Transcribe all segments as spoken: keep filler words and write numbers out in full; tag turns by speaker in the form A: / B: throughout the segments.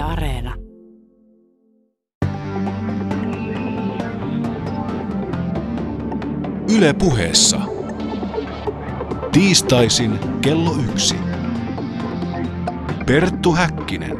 A: Areena.
B: Yle Puheessa. Tiistaisin kello yksi. Perttu Häkkinen.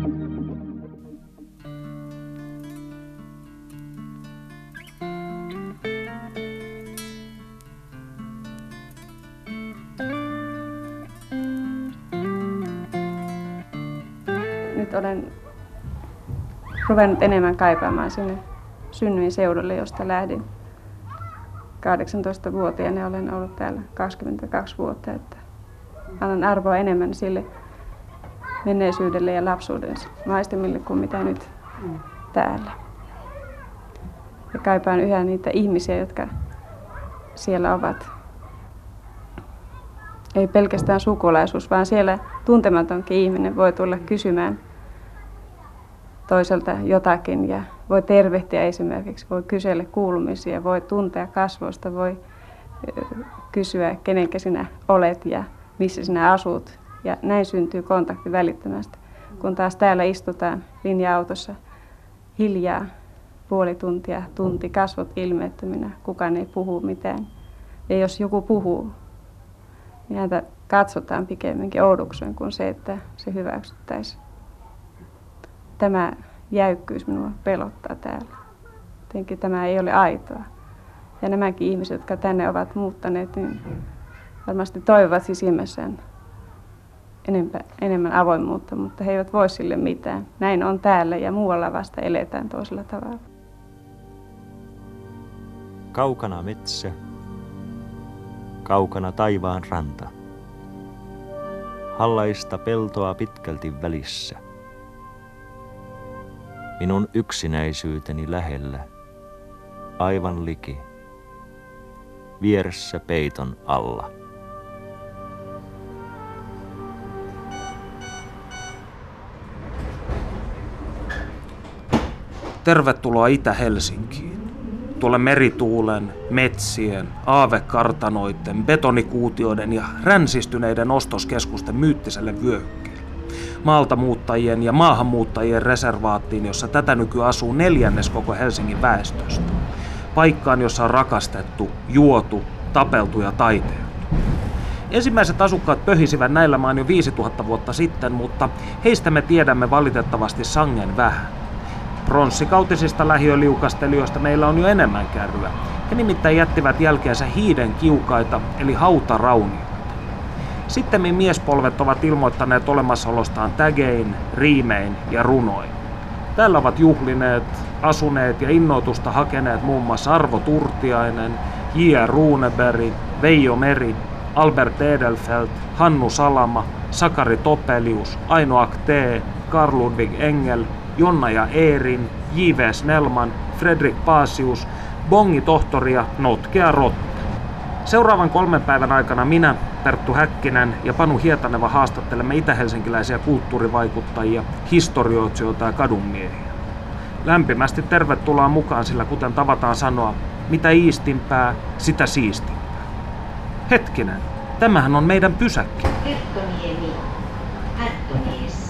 C: Nyt olen ruvennut enemmän kaipaamaan sinne synnyinseudulle, josta lähdin. kahdeksantoistavuotiaana olen ollut täällä kaksikymmentäkaksi vuotta, että annan arvoa enemmän sille menneisyydelle ja lapsuuden maistemille kuin mitä nyt täällä. Ja kaipaan yhä niitä ihmisiä, jotka siellä ovat. Ei pelkästään sukulaisuus, vaan siellä tuntematonkin ihminen voi tulla kysymään toiselta jotakin ja voi tervehtiä esimerkiksi, voi kysellä kuulumisia, voi tuntea kasvoista, voi kysyä, kenenkä sinä olet ja missä sinä asut. Ja näin syntyy kontakti välittömästi. Kun taas täällä istutaan linja-autossa hiljaa puoli tuntia, tunti, kasvot ilmeettöminä, kukaan ei puhu mitään. Ja jos joku puhuu, niin häntä katsotaan pikemminkin oudoksuen kuin se, että se hyväksyttäisiin. Tämä jäykkyys minua pelottaa täällä. Tietenkin tämä ei ole aitoa. Ja nämäkin ihmiset, jotka tänne ovat muuttaneet, niin varmasti toivovat sisimmässään enempää, enemmän avoimuutta, mutta he eivät voi sille mitään. Näin on täällä ja muualla vasta eletään toisella tavalla.
D: Kaukana metsä, kaukana taivaan ranta. Hallaista peltoa pitkälti välissä. Minun yksinäisyyteni lähellä, aivan liki, vieressä peiton alla.
E: Tervetuloa Itä-Helsinkiin. Tuolle merituulen, metsien, aavekartanoiden, betonikuutioiden ja ränsistyneiden ostoskeskusten myyttiselle vyöhykkeelle. Maalta muuttajien ja maahanmuuttajien reservaattiin, jossa tätä nyky asuu neljännes koko Helsingin väestöstä. Paikkaan, jossa on rakastettu, juotu, tapeltu ja taiteiltu. Ensimmäiset asukkaat pöhisivät näillä maan jo viisituhatta vuotta sitten, mutta heistä me tiedämme valitettavasti sangen vähän. Pronssikautisista lähiöliukastelijoista meillä on jo enemmän kärryä. He nimittäin jättivät jälkeensä hiiden kiukaita, eli hautaraunioita. Sittemmin miespolvet ovat ilmoittaneet olemassaolostaan tägein, riimein ja runoin. Täällä ovat juhlineet, asuneet ja innoitusta hakeneet muun muassa Arvo Turtiainen, J R Runeberg, Veijo Meri, Albert Edelfelt, Hannu Salama, Sakari Topelius, Aino Aktee, Carl Ludwig Engel, Jonna ja Eerin, J V Snellman, Fredrik Paasius, Bongi Tohtori ja Notkea Rotta. Seuraavan kolmen päivän aikana minä, Perttu Häkkinen ja Panu Hietaneva haastattelemme itä-helsinkiläisiä kulttuurivaikuttajia, historioitsijoita ja kadunmiehiä. Lämpimästi tervetuloa mukaan, sillä kuten tavataan sanoa, mitä iistimpää, sitä siistimpää. Hetkinen, tämähän on meidän pysäkki.
F: Herttoniemi, Herttonies.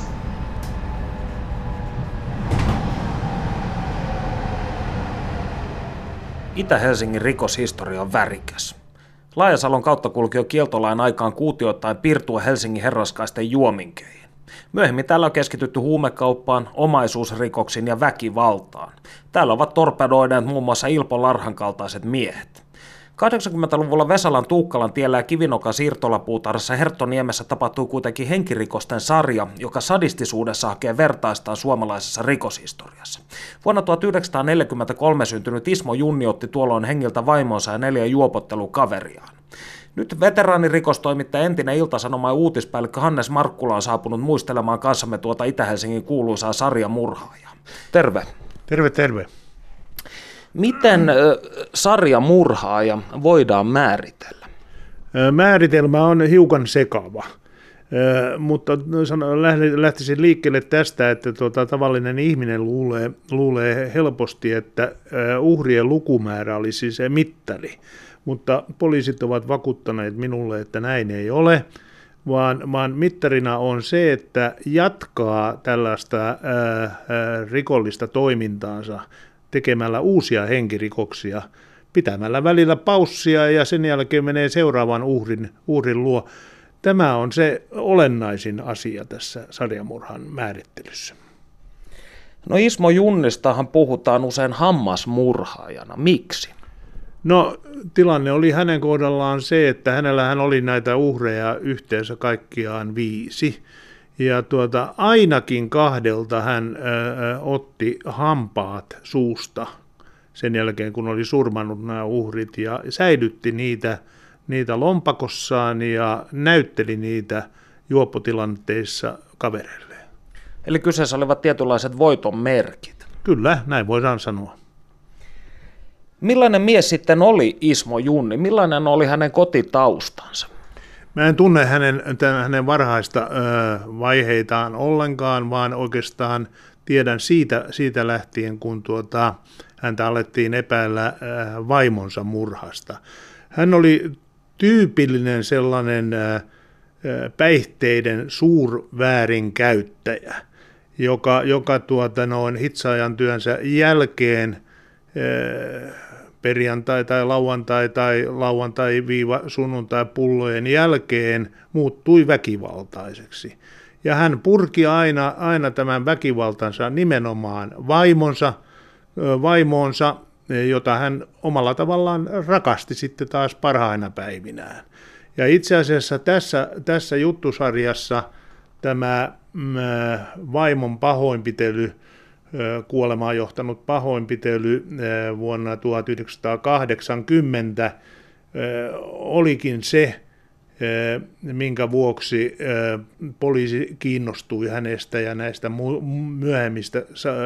E: Itä-Helsingin rikoshistoria on värikäs. Laajasalon kautta kulki jo kieltolain aikaan kuutioittain piirtua Helsingin herraskaisten juominkeihin. Myöhemmin täällä on keskitytty huumekauppaan, omaisuusrikoksiin ja väkivaltaan. Täällä ovat torpedoineet muun muassa Ilpo Larhan kaltaiset miehet. kahdeksankymmentäluvulla Vesalan Tuukkalan tiellä ja Kivinokan siirtolapuutarhassa Herttoniemessä tapahtui kuitenkin henkirikosten sarja, joka sadistisuudessa hakee vertaistaan suomalaisessa rikoshistoriassa. Vuonna tuhatyhdeksänsataaneljäkymmentäkolme syntynyt Ismo Junni otti tuolloin hengiltä vaimonsa ja neljä juopottelukaveriaan. Nyt veteraanirikostoimittaja, entinen Ilta-Sanoma ja uutispäällikkö Hannes Markkula on saapunut muistelemaan kanssamme tuota Itä-Helsingin kuuluisaa sarjamurhaajaa. Terve.
G: Terve, terve.
E: Miten ö, sarjamurhaaja voidaan määritellä?
G: Määritelmä on hiukan sekava, mutta lähtisin liikkeelle tästä, että tuota, tavallinen ihminen luulee, luulee helposti, että uhrien lukumäärä olisi se mittari, mutta poliisit ovat vakuuttaneet minulle, että näin ei ole. vaan, vaan mittarina on se, että jatkaa tällaista ää, ää, rikollista toimintaansa tekemällä uusia henkirikoksia, pitämällä välillä paussia ja sen jälkeen menee seuraavan uhrin, uhrin luo. Tämä on se olennaisin asia tässä sarjamurhan määrittelyssä.
E: No Ismo Junnistahan puhutaan usein hammasmurhaajana. Miksi?
G: No tilanne oli hänen kohdallaan se, että hänellähän oli näitä uhreja yhteensä kaikkiaan viisi. Ja tuota, ainakin kahdelta hän ö, otti hampaat suusta sen jälkeen, kun oli surmannut nämä uhrit ja säilytti niitä, niitä lompakossaan ja näytteli niitä juoppotilanteissa kavereilleen.
E: Eli kyseessä olivat tietynlaiset voiton merkit.
G: Kyllä, näin voidaan sanoa.
E: Millainen mies sitten oli Ismo Junni? Millainen oli hänen kotitaustansa?
G: Mä en tunne hänen, tämän, hänen varhaista ö, vaiheitaan ollenkaan, vaan oikeastaan tiedän siitä, siitä lähtien, kun tuota, häntä alettiin epäillä ö, vaimonsa murhasta. Hän oli tyypillinen sellainen ö, päihteiden suurväärinkäyttäjä, joka, joka tuota, noin hitsaajan työnsä jälkeen ö, perjantai tai lauantai tai lauantai-sunnuntai pullojen jälkeen muuttui väkivaltaiseksi. Ja hän purki aina, aina tämän väkivaltansa nimenomaan vaimonsa, vaimoonsa, jota hän omalla tavallaan rakasti sitten taas parhaina päivinään. Ja itse asiassa tässä, tässä juttusarjassa tämä mm, vaimon pahoinpitely, kuolemaan johtanut pahoinpitely vuonna tuhatyhdeksänsataakahdeksankymmentä olikin se, minkä vuoksi poliisi kiinnostui hänestä ja näistä myöhemmistä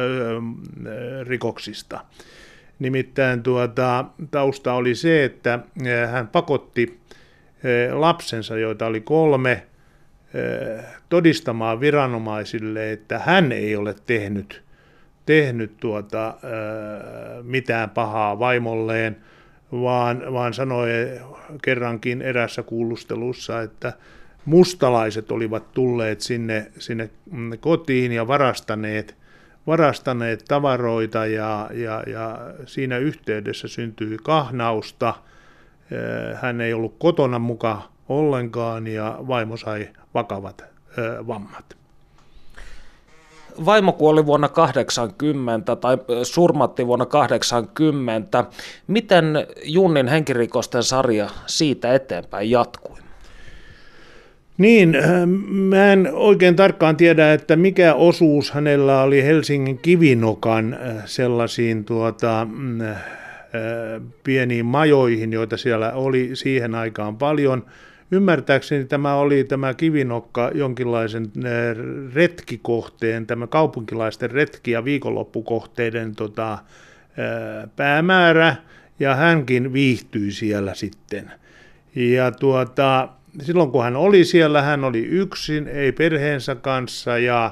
G: rikoksista. Nimittäin tuota, tausta oli se, että hän pakotti lapsensa, joita oli kolme, todistamaan viranomaisille, että hän ei ole tehnyt tehnyt tuota, mitään pahaa vaimolleen, vaan, vaan sanoi kerrankin erässä kuulustelussa, että mustalaiset olivat tulleet sinne, sinne kotiin ja varastaneet, varastaneet tavaroita ja, ja, ja siinä yhteydessä syntyi kahnausta. Hän ei ollut kotona muka ollenkaan ja vaimo sai vakavat vammat.
E: Vaimo kuoli vuonna kahdeksankymmentä tai surmattiin vuonna kahdeksankymmentä. Miten Junnin henkirikosten sarja siitä eteenpäin jatkui?
G: Niin, mä en oikein tarkkaan tiedä, että mikä osuus hänellä oli Helsingin Kivinokan sellaisiin tuota, pieniin majoihin, joita siellä oli siihen aikaan paljon. Ymmärtääkseni tämä oli tämä Kivinokka jonkinlaisen retkikohteen, tämä kaupunkilaisten retki- ja viikonloppukohteiden tota, päämäärä, ja hänkin viihtyi siellä sitten. Ja tuota, silloin kun hän oli siellä, hän oli yksin, ei perheensä kanssa, ja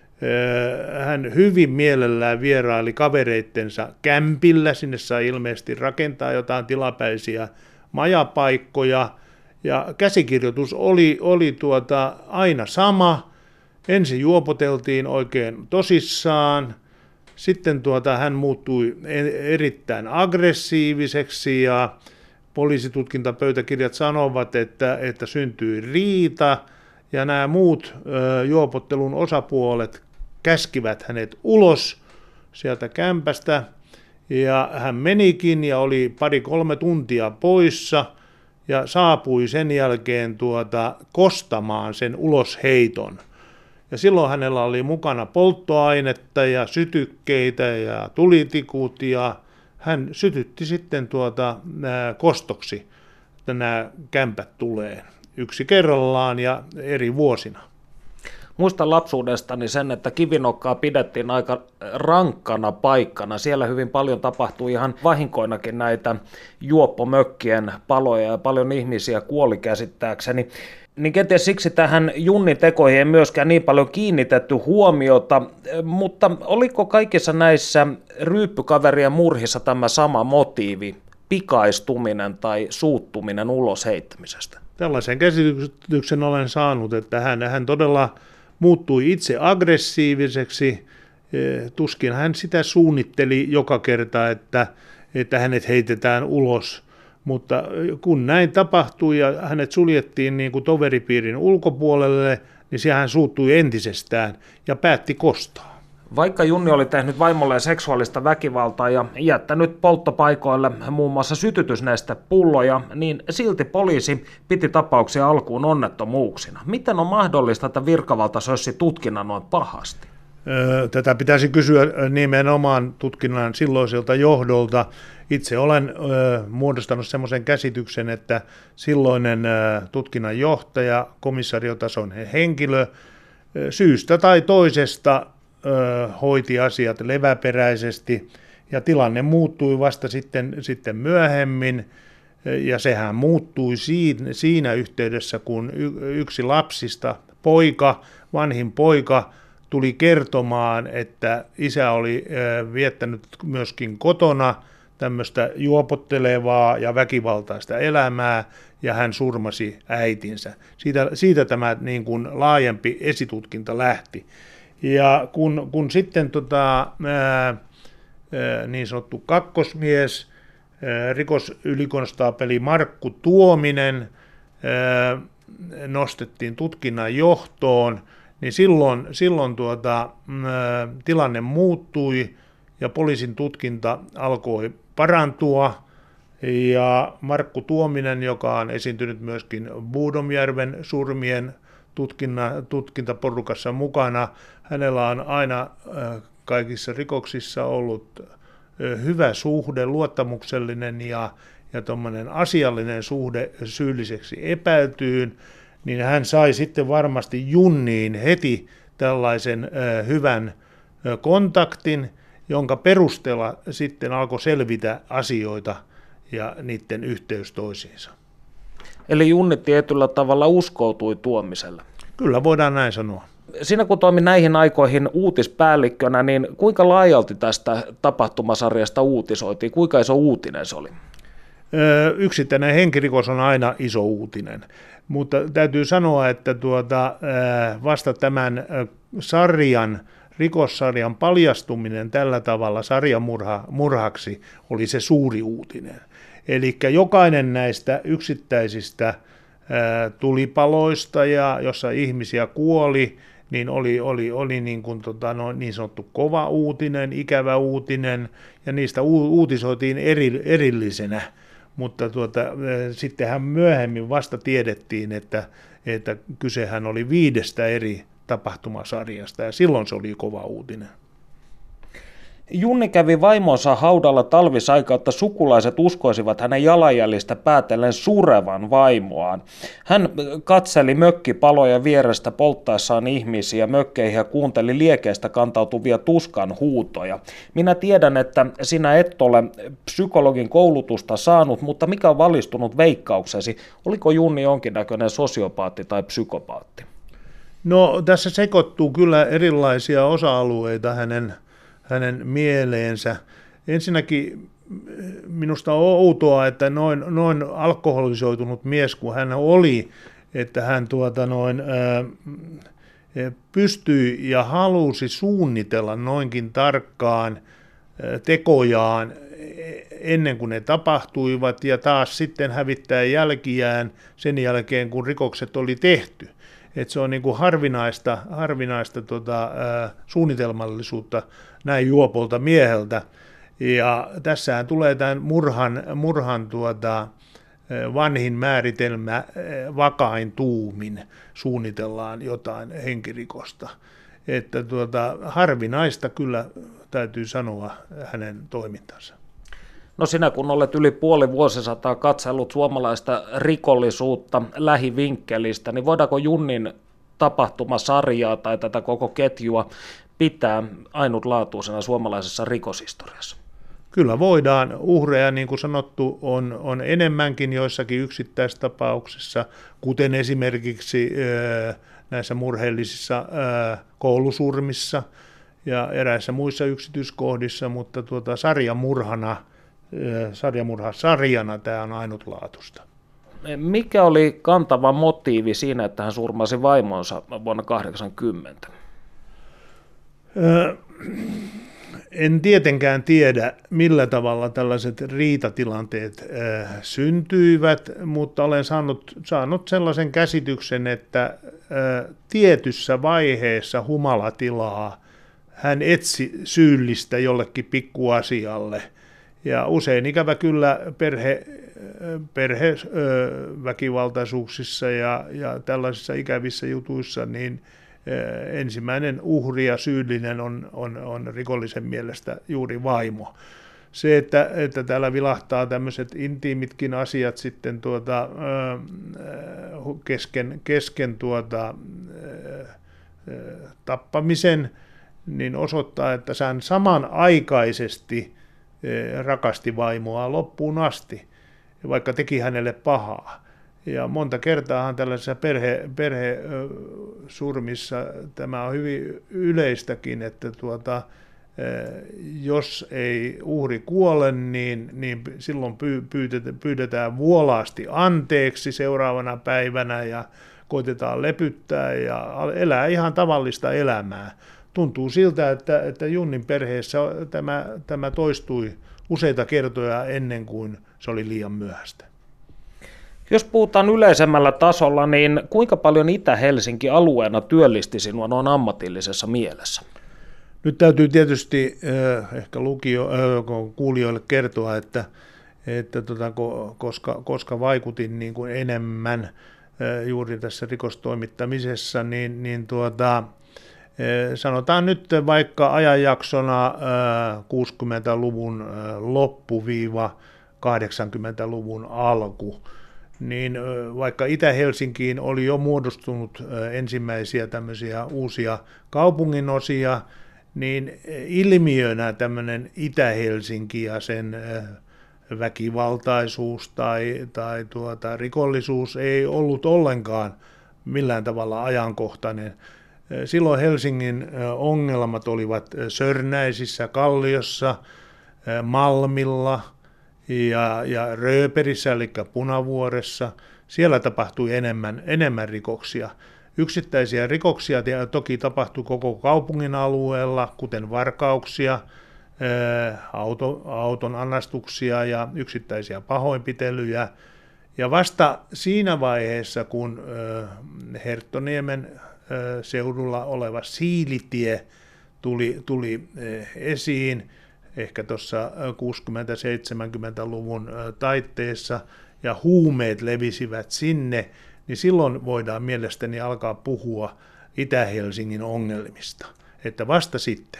G: hän hyvin mielellään vieraili kavereittensa kämpillä, sinne sai ilmeisesti rakentaa jotain tilapäisiä majapaikkoja, ja käsikirjoitus oli, oli tuota aina sama. Ensin juopoteltiin oikein tosissaan, sitten tuota hän muuttui erittäin aggressiiviseksi ja poliisitutkintapöytäkirjat sanovat, että, että syntyi riita ja nämä muut ö, juopottelun osapuolet käskivät hänet ulos sieltä kämpästä ja hän menikin ja oli pari-kolme tuntia poissa. Ja saapui sen jälkeen tuota kostamaan sen ulosheiton. Ja silloin hänellä oli mukana polttoainetta ja sytykkeitä ja tulitikut ja hän sytytti sitten tuota nää kostoksi, että nämä kämpät tulee yksi kerrallaan ja eri vuosina.
E: Muistan lapsuudestani sen, että Kivinokkaa pidettiin aika rankkana paikkana. Siellä hyvin paljon tapahtui ihan vahinkoinakin näitä juoppomökkien paloja ja paljon ihmisiä kuoli käsittääkseni. Niin kenties siksi tähän Junnin tekoihin ei myöskään niin paljon kiinnitetty huomiota, mutta oliko kaikissa näissä ryyppykaverien murhissa tämä sama motiivi, pikaistuminen tai suuttuminen ulos heittämisestä?
G: Tällaisen käsityksen olen saanut, että hän, hän todella muuttui itse aggressiiviseksi. Tuskin hän sitä suunnitteli joka kerta, että, että hänet heitetään ulos. Mutta kun näin tapahtui ja hänet suljettiin niin kuin toveripiirin ulkopuolelle, niin se hän suuttui entisestään ja päätti kostaa.
E: Vaikka Junni oli tehnyt vaimolleen seksuaalista väkivaltaa ja jättänyt polttopaikoille muun muassa sytytysnestepulloja, niin silti poliisi piti tapauksia alkuun onnettomuuksina. Miten on mahdollista, että virkavalta sössi tutkinnan noin pahasti?
G: Tätä pitäisi kysyä nimenomaan tutkinnan silloiselta johdolta. Itse olen ö, muodostanut semmoisen käsityksen, että silloinen ö, tutkinnan johtaja, komissariotason henkilö, ö, syystä tai toisesta ö, hoiti asiat leväperäisesti ja tilanne muuttui vasta sitten, sitten myöhemmin. Ja sehän muuttui siinä, siinä yhteydessä, kun y, yksi lapsista, poika, vanhin poika, tuli kertomaan, että isä oli viettänyt myöskin kotona tämmöistä juopottelevaa ja väkivaltaista elämää, ja hän surmasi äitinsä. Siitä, siitä tämä niin kuin laajempi esitutkinta lähti. Ja kun, kun sitten tota, ää, niin sanottu kakkosmies, ää, rikosylikonstaapeli Markku Tuominen, ää, nostettiin tutkinnan johtoon, niin silloin, silloin tuota, ä, tilanne muuttui ja poliisin tutkinta alkoi parantua. Ja Markku Tuominen, joka on esiintynyt myöskin Buudomjärven surmien tutkinna, tutkintaporukassa mukana, hänellä on aina ä, kaikissa rikoksissa ollut ä, hyvä suhde, luottamuksellinen ja, ja tommoinen asiallinen suhde syylliseksi epäiltyyn. Niin hän sai sitten varmasti Junniin heti tällaisen ö, hyvän ö, kontaktin, jonka perusteella sitten alkoi selvitä asioita ja niiden yhteys toisiinsa.
E: Eli Junni tietyllä tavalla uskoutui Tuomiselle.
G: Kyllä voidaan näin sanoa.
E: Sinä kun toimit näihin aikoihin uutispäällikkönä, niin kuinka laajalti tästä tapahtumasarjasta uutisoitiin? Kuinka iso uutinen se oli?
G: Ö, yksittäinen henkirikos on aina iso uutinen. Mutta täytyy sanoa, että tuota, vasta tämän sarjan, rikossarjan paljastuminen tällä tavalla sarjamurhaksi oli se suuri uutinen. Eli jokainen näistä yksittäisistä tulipaloista, ja jossa ihmisiä kuoli, niin oli, oli, oli niin, kuin, tota, no, niin sanottu kova uutinen, ikävä uutinen, ja niistä u- uutisoitiin eri, erillisenä. Mutta tuota, sittenhän myöhemmin vasta tiedettiin, että, että kysehän oli viidestä eri tapahtumasarjasta, ja silloin se oli kova uutinen.
E: Junni kävi vaimonsa haudalla talvisaikautta sukulaiset uskoisivat hänen jalanjäljistä päätellen surevan vaimoaan. Hän katseli mökkipaloja vierestä polttaessaan ihmisiä mökkeihin ja kuunteli liekeistä kantautuvia tuskan huutoja. Minä tiedän, että sinä et ole psykologin koulutusta saanut, mutta mikä on valistunut veikkauksesi? Oliko Junni jonkinnäköinen sosiopaatti tai psykopaatti?
G: No tässä sekoittuu kyllä erilaisia osa-alueita hänen hänen mieleensä. Ensinnäkin minusta on outoa, että noin, noin alkoholisoitunut mies kuin hän oli, että hän tuota noin, ää, pystyi ja halusi suunnitella noinkin tarkkaan ää, tekojaan ennen kuin ne tapahtuivat, ja taas sitten hävittää jälkiään sen jälkeen, kun rikokset oli tehty. Että se on niin kuin harvinaista, harvinaista tota, ää, suunnitelmallisuutta näin juopolta mieheltä. Ja tässähän tulee tämän murhan, murhan tuota, vanhin määritelmä, vakain tuumin suunnitellaan jotain henkirikosta. Että tuota, harvinaista kyllä täytyy sanoa hänen toimintansa.
E: No sinä kun olet yli puoli vuosisataa katsellut suomalaista rikollisuutta lähivinkkelistä, niin voidaanko Junnin tapahtumasarjaa tai tätä koko ketjua pitää ainutlaatuisena suomalaisessa rikoshistoriassa?
G: Kyllä voidaan. Uhreja, niin kuin sanottu, on, on enemmänkin joissakin yksittäistapauksissa, kuten esimerkiksi ää, näissä murheellisissa ää, koulusurmissa ja eräissä muissa yksityiskohdissa, mutta tuota, sarjamurhana, sarjamurhasarjana tämä on ainutlaatuista.
E: mikä oli kantava motiivi siinä, että hän surmasi vaimonsa vuonna kahdeksankymmentä?
G: Öö, en tietenkään tiedä, millä tavalla tällaiset riitatilanteet öö, syntyivät, mutta olen saanut, saanut sellaisen käsityksen, että öö, tietyssä vaiheessa humalatilaa hän etsi syyllistä jollekin pikkuasialle. Ja usein ikävä kyllä perhe, perheväkivaltaisuuksissa ja, ja tällaisissa ikävissä jutuissa, niin ensimmäinen uhri ja syyllinen on, on, on rikollisen mielestä juuri vaimo. Se, että, että täällä vilahtaa tämmöiset intiimitkin asiat sitten tuota, kesken, kesken tuota, tappamisen, niin osoittaa, että hän samanaikaisesti rakasti vaimoa loppuun asti, vaikka teki hänelle pahaa. Ja monta kertaahan tällaisessa perhe, perhesurmissa tämä on hyvin yleistäkin, että tuota, jos ei uhri kuole, niin, niin silloin pyydetään, pyydetään vuolaasti anteeksi seuraavana päivänä ja koitetaan lepyttää ja elää ihan tavallista elämää. Tuntuu siltä, että, että Junnin perheessä tämä, tämä toistui useita kertoja ennen kuin se oli liian myöhäistä.
E: Jos puhutaan yleisemmällä tasolla, niin kuinka paljon Itä-Helsinki alueena työllisti sinua noin ammatillisessa mielessä?
G: Nyt täytyy tietysti äh, ehkä lukio, äh, kuulijoille kertoa, että, että tota, koska, koska vaikutin niin kuin enemmän äh, juuri tässä rikostoimittamisessa, niin, niin tuota, sanotaan nyt vaikka ajanjaksona kuusikymmentäluvun loppuviiva kahdeksankymmentäluvun alku, niin vaikka Itä-Helsinkiin oli jo muodostunut ensimmäisiä tämmöisiä uusia kaupunginosia, niin ilmiönä tämmöinen Itä-Helsinki ja sen väkivaltaisuus tai, tai tuota, rikollisuus ei ollut ollenkaan millään tavalla ajankohtainen. Silloin Helsingin ongelmat olivat Sörnäisissä, Kalliossa, Malmilla ja, ja Rööperissä, eli Punavuoressa. Siellä tapahtui enemmän, enemmän rikoksia. Yksittäisiä rikoksia toki tapahtui koko kaupungin alueella, kuten varkauksia, auto, auton annastuksia ja yksittäisiä pahoinpitelyjä. Ja vasta siinä vaiheessa, kun Herttoniemen seudulla oleva Siilitie tuli, tuli esiin, ehkä tuossa kuusikymmentä-seitsemänkymmentäluvun taitteessa, ja huumeet levisivät sinne, niin silloin voidaan mielestäni alkaa puhua Itä-Helsingin ongelmista, että vasta sitten.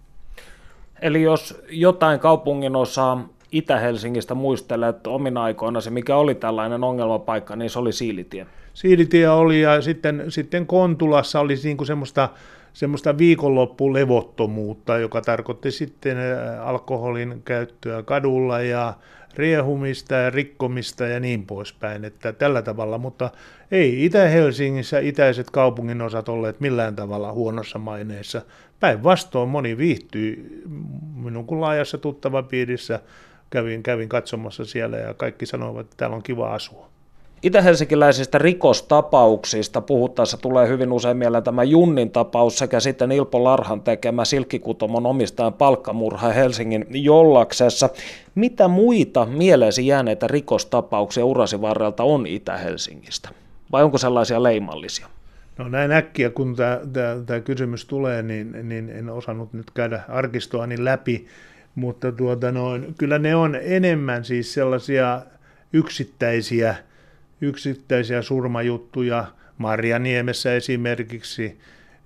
E: Eli jos jotain kaupungin osaa Itä-Helsingistä muistelet omina aikoina se, mikä oli tällainen ongelmapaikka, niin se oli Siilitie.
G: Siilitie oli, ja sitten, sitten Kontulassa oli niin kuin semmoista, semmoista viikonloppulevottomuutta, joka tarkoitti sitten alkoholin käyttöä kadulla ja riehumista ja rikkomista ja niin poispäin, että tällä tavalla, mutta ei Itä-Helsingissä itäiset kaupunginosat olleet millään tavalla huonossa maineessa. Päinvastoin moni viihtyi, minun kun laajassa tuttavapiirissä kävin, kävin katsomassa siellä ja kaikki sanoivat, että täällä on kiva asua.
E: Itä-helsinkiläisistä rikostapauksista puhuttaessa tulee hyvin usein mieleen tämä Junnin tapaus sekä sitten Ilpo Larhan tekemä Silkkikutomon omistajan palkkamurha Helsingin Jollaksessa. Mitä muita mieleesi jääneitä rikostapauksia urasi varrelta on Itä-Helsingistä? Vai onko sellaisia leimallisia?
G: No näin äkkiä, kun tämä kysymys tulee, niin, niin en osannut nyt käydä arkistoani läpi, mutta tuota noin, kyllä ne on enemmän siis sellaisia yksittäisiä yksittäisiä surmajuttuja. Marjaniemessä esimerkiksi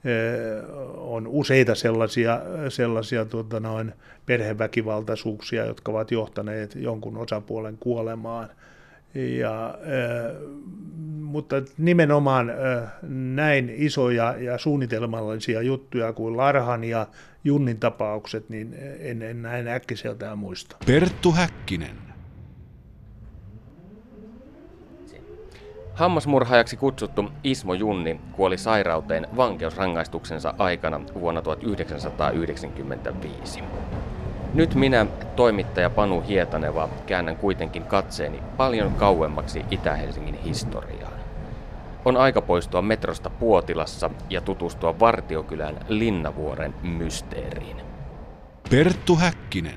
G: on useita sellaisia, sellaisia tuota noin, perheväkivaltaisuuksia, jotka ovat johtaneet jonkun osapuolen kuolemaan. Ja, mutta nimenomaan näin isoja ja suunnitelmallisia juttuja kuin Larhan ja Junnin tapaukset, niin en, en näin äkkiseltään muista.
B: Perttu Häkkinen.
A: Hammasmurhaajaksi kutsuttu Ismo Junni kuoli sairauteen vankeusrangaistuksensa aikana vuonna tuhatyhdeksänsataayhdeksänkymmentäviisi. Nyt minä, toimittaja Panu Hietaneva, käännän kuitenkin katseeni paljon kauemmaksi Itä-Helsingin historiaan. On aika poistua metrosta Puotilassa ja tutustua Vartiokylän Linnavuoren mysteeriin.
B: Perttu Häkkinen.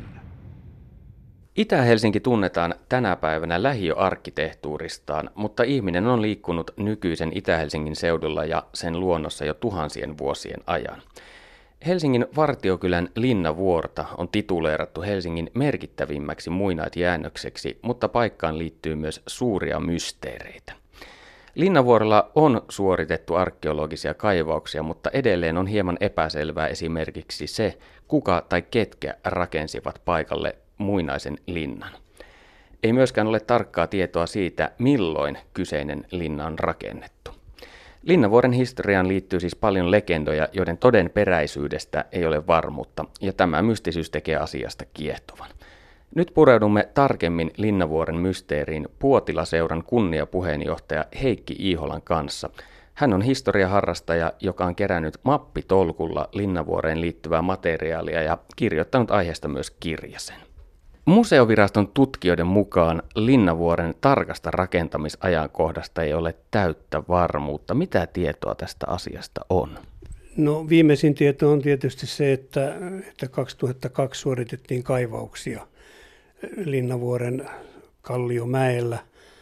A: Itä-Helsinki tunnetaan tänä päivänä lähiöarkkitehtuuristaan, mutta ihminen on liikkunut nykyisen Itä-Helsingin seudulla ja sen luonnossa jo tuhansien vuosien ajan. Helsingin Vartiokylän Linnavuorta on tituleerattu Helsingin merkittävimmäksi muinaisjäännökseksi, mutta paikkaan liittyy myös suuria mysteereitä. Linnavuorella on suoritettu arkeologisia kaivauksia, mutta edelleen on hieman epäselvää esimerkiksi se, kuka tai ketkä rakensivat paikalle muinaisen linnan. Ei myöskään ole tarkkaa tietoa siitä, milloin kyseinen linna on rakennettu. Linnavuoren historiaan liittyy siis paljon legendoja, joiden todenperäisyydestä ei ole varmuutta, ja tämä mystisyys tekee asiasta kiehtovan. Nyt pureudumme tarkemmin Linnavuoren mysteeriin Puotila-seuran kunniapuheenjohtaja Heikki Iiholan kanssa. Hän on historiaharrastaja, joka on kerännyt mappitolkulla Linnavuoreen liittyvää materiaalia ja kirjoittanut aiheesta myös kirjasen. Museoviraston tutkijoiden mukaan Linnavuoren tarkasta rakentamisajankohdasta ei ole täyttä varmuutta. Mitä tietoa tästä asiasta on?
H: No viimeisin tieto on tietysti se, että, että kaksituhattakaksi suoritettiin kaivauksia Linnavuoren Kalliomäellä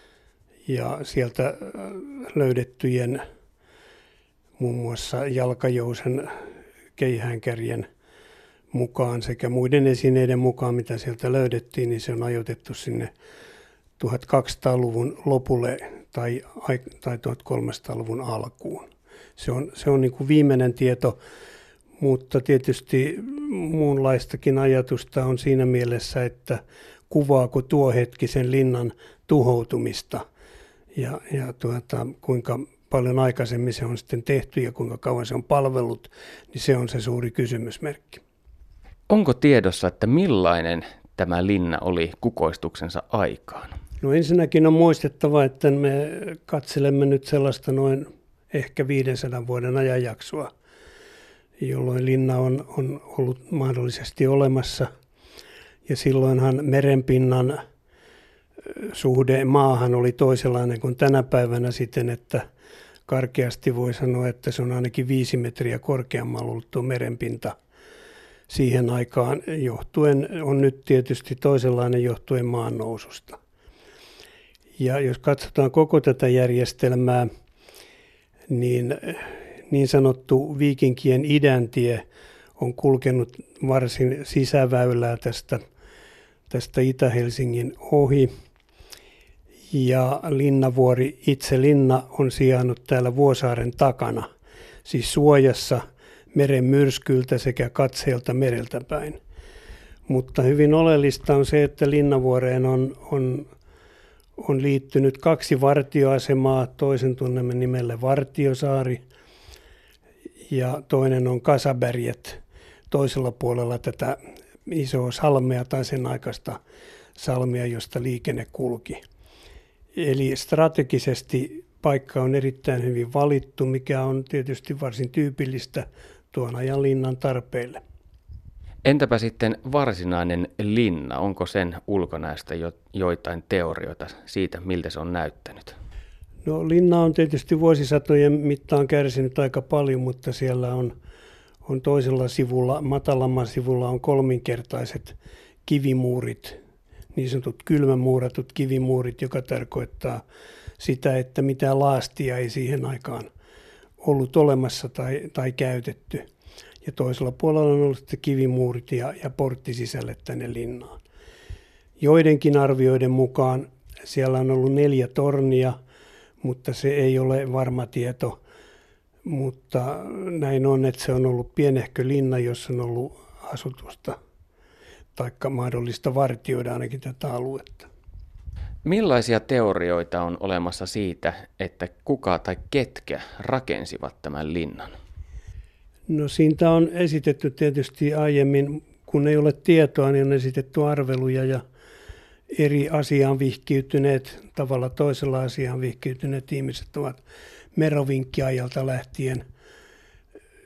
H: ja sieltä löydettyjen muun muassa jalkajousen keihäänkärjen mukaan sekä muiden esineiden mukaan, mitä sieltä löydettiin, niin se on ajoitettu sinne tuhatkaksisataaluvun lopulle tai, tai tuhatkolmesataaluvun alkuun. Se on, se on niin kuin viimeinen tieto, mutta tietysti muunlaistakin ajatusta on siinä mielessä, että kuvaako tuo hetki sen linnan tuhoutumista ja, ja tuota, kuinka paljon aikaisemmin se on sitten tehty ja kuinka kauan se on palvellut, niin se on se suuri kysymysmerkki.
A: Onko tiedossa, että millainen tämä linna oli kukoistuksensa aikaan?
H: No ensinnäkin on muistettava, että me katselemme nyt sellaista noin ehkä viidensadan vuoden ajanjaksoa, jolloin linna on, on ollut mahdollisesti olemassa. Ja silloinhan merenpinnan suhde maahan oli toisenlainen kuin tänä päivänä siten, että karkeasti voi sanoa, että se on ainakin viisi metriä korkeammalla ollut tuo merenpinta siihen aikaan johtuen, on nyt tietysti toisenlainen johtuen maan noususta. Ja jos katsotaan koko tätä järjestelmää, niin niin sanottu viikinkien idäntie on kulkenut varsin sisäväylää tästä, tästä Itä-Helsingin ohi. Ja Linnavuori, itse linna, on sijainnut täällä Vuosaaren takana, siis suojassa meren myrskyltä sekä katseelta mereltä päin. Mutta hyvin oleellista on se, että Linnavuoreen on, on, on liittynyt kaksi vartioasemaa, toisen tunnemme nimellä Vartiosaari ja toinen on Kasaberget toisella puolella tätä isoa salmea tai sen aikaista salmia, josta liikenne kulki. Eli strategisesti paikka on erittäin hyvin valittu, mikä on tietysti varsin tyypillistä tuon ajan linnan tarpeille.
A: Entäpä sitten varsinainen linna? Onko sen ulkonäöstä jo, joitain teorioita siitä, miltä se on näyttänyt?
H: No linna on tietysti vuosisatojen mittaan kärsinyt aika paljon, mutta siellä on, on toisella sivulla, matalamman sivulla on kolminkertaiset kivimuurit, niin sanotut kylmämuuratut kivimuurit, joka tarkoittaa sitä, että mitään laastia ei siihen aikaan ollut olemassa tai, tai käytetty. Ja toisella puolella on ollut sitten kivimuurit ja, ja portti sisälle tänne linnaan. Joidenkin arvioiden mukaan siellä on ollut neljä tornia, mutta se ei ole varma tieto. Mutta näin on, että se on ollut pienehkö linna, jossa on ollut asutusta tai mahdollista vartioida ainakin tätä aluetta.
A: Millaisia teorioita on olemassa siitä, että kuka tai ketkä rakensivat tämän linnan?
H: No siitä on esitetty tietysti aiemmin, kun ei ole tietoa, niin on esitetty arveluja ja eri asiaan vihkiytyneet, tavalla toisella asiaan vihkiytyneet ihmiset ovat Merovinkkiajalta lähtien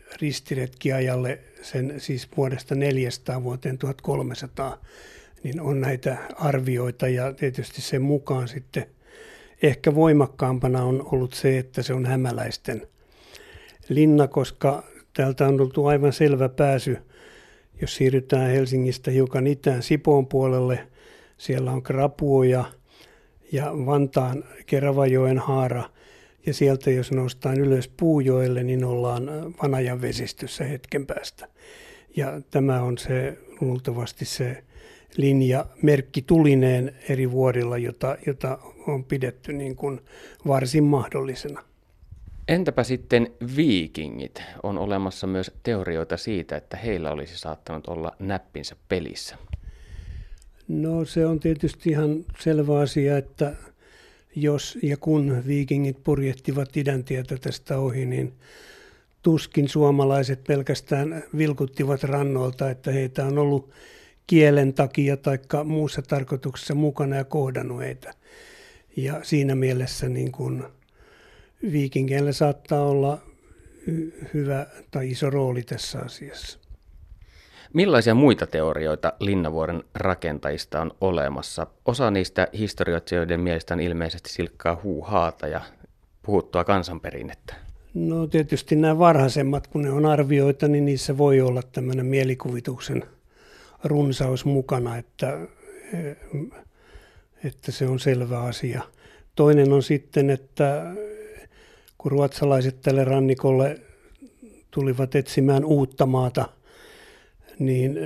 H: ristiretkiajalle sen siis vuodesta neljäsataa vuoteen tuhatkolmesataa, niin on näitä arvioita ja tietysti sen mukaan sitten ehkä voimakkaampana on ollut se, että se on hämäläisten linna, koska täältä on oltu aivan selvä pääsy, jos siirrytään Helsingistä hiukan itään Sipoon puolelle, siellä on Krapuoja ja Vantaan Keravajoen haara, ja sieltä jos noustaan ylös Puujoelle, niin ollaan Vanajan vesistössä hetken päästä. Ja tämä on se luultavasti se linja merkki tulineen eri vuorilla, jota, jota on pidetty niin kuin varsin mahdollisena.
A: Entäpä sitten viikingit? On olemassa myös teorioita siitä, että heillä olisi saattanut olla näppinsä pelissä.
H: No se on tietysti ihan selvä asia, että jos ja kun viikingit purjehtivat idäntietä tästä ohi, niin tuskin suomalaiset pelkästään vilkuttivat rannoilta, että heitä on ollut kielen takia tai muussa tarkoituksessa mukana ja kohdannut heitä. Ja siinä mielessä niin kuin viikingeillä saattaa olla hyvä tai iso rooli tässä asiassa.
A: Millaisia muita teorioita Linnavuoren rakentajista on olemassa? Osa niistä historioitsijoiden mielestä on ilmeisesti silkkaa huuhaata ja puhuttua kansanperinnettä.
H: No tietysti nämä varhaisemmat, kun ne on arvioita, niin niissä voi olla tämmöinen mielikuvituksen runsaus mukana, että, että se on selvä asia. Toinen on sitten, että kun ruotsalaiset tälle rannikolle tulivat etsimään uutta maata, niin,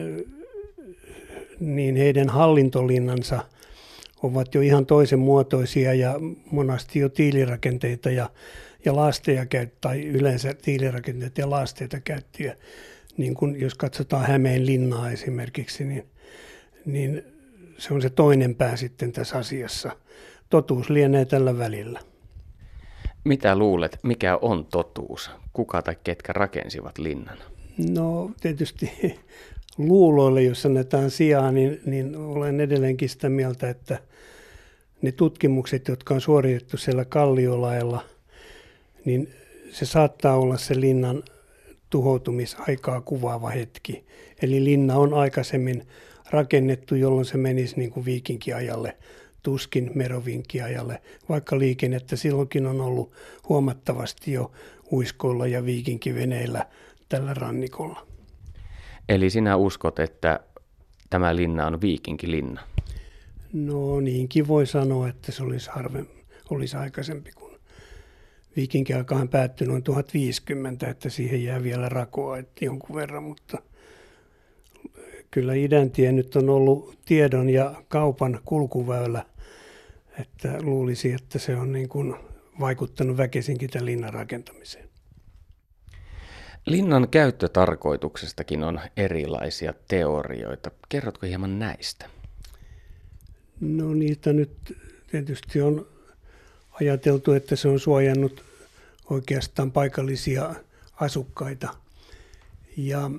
H: niin heidän hallintolinnansa ovat jo ihan toisen muotoisia ja monasti jo tiilirakenteita ja, ja laasteja käyt, tai yleensä tiilirakenteita ja laasteita käyttiä. Niin kun jos katsotaan Hämeen linnaa esimerkiksi, niin, niin se on se toinen pää sitten tässä asiassa. Totuus lienee tällä välillä.
A: Mitä luulet, mikä on totuus? Kuka tai ketkä rakensivat linnan?
H: No tietysti luuloille, jos annetaan sijaa, niin, niin olen edelleenkin sitä mieltä, että ne tutkimukset, jotka on suoritettu siellä Kalliolaella, niin se saattaa olla se linnan tuhoutumisaikaa kuvaava hetki. Eli linna on aikaisemmin rakennettu, jolloin se menisi niin kuin viikinkiajalle, tuskin merovinkiajalle, vaikka liikennettä silloinkin on ollut huomattavasti jo uiskoilla ja viikinkiveneillä tällä rannikolla.
A: Eli sinä uskot, että tämä linna on viikinkilinna?
H: No niinkin voi sanoa, että se olisi, harve, olisi aikaisempi kuin viikinkiaikaan päättyi noin tuhatviisikymmentä, että siihen jää vielä rakoa että jonkun verran, mutta kyllä idäntie nyt on ollut tiedon ja kaupan kulkuväylä, että luulisi, että se on niin kuin vaikuttanut väkisinkin tämän linnan rakentamiseen.
A: Linnan käyttötarkoituksestakin on erilaisia teorioita. Kerrotko hieman näistä?
H: No niitä nyt tietysti on ajateltu, että se on suojannut oikeastaan paikallisia asukkaita. Ja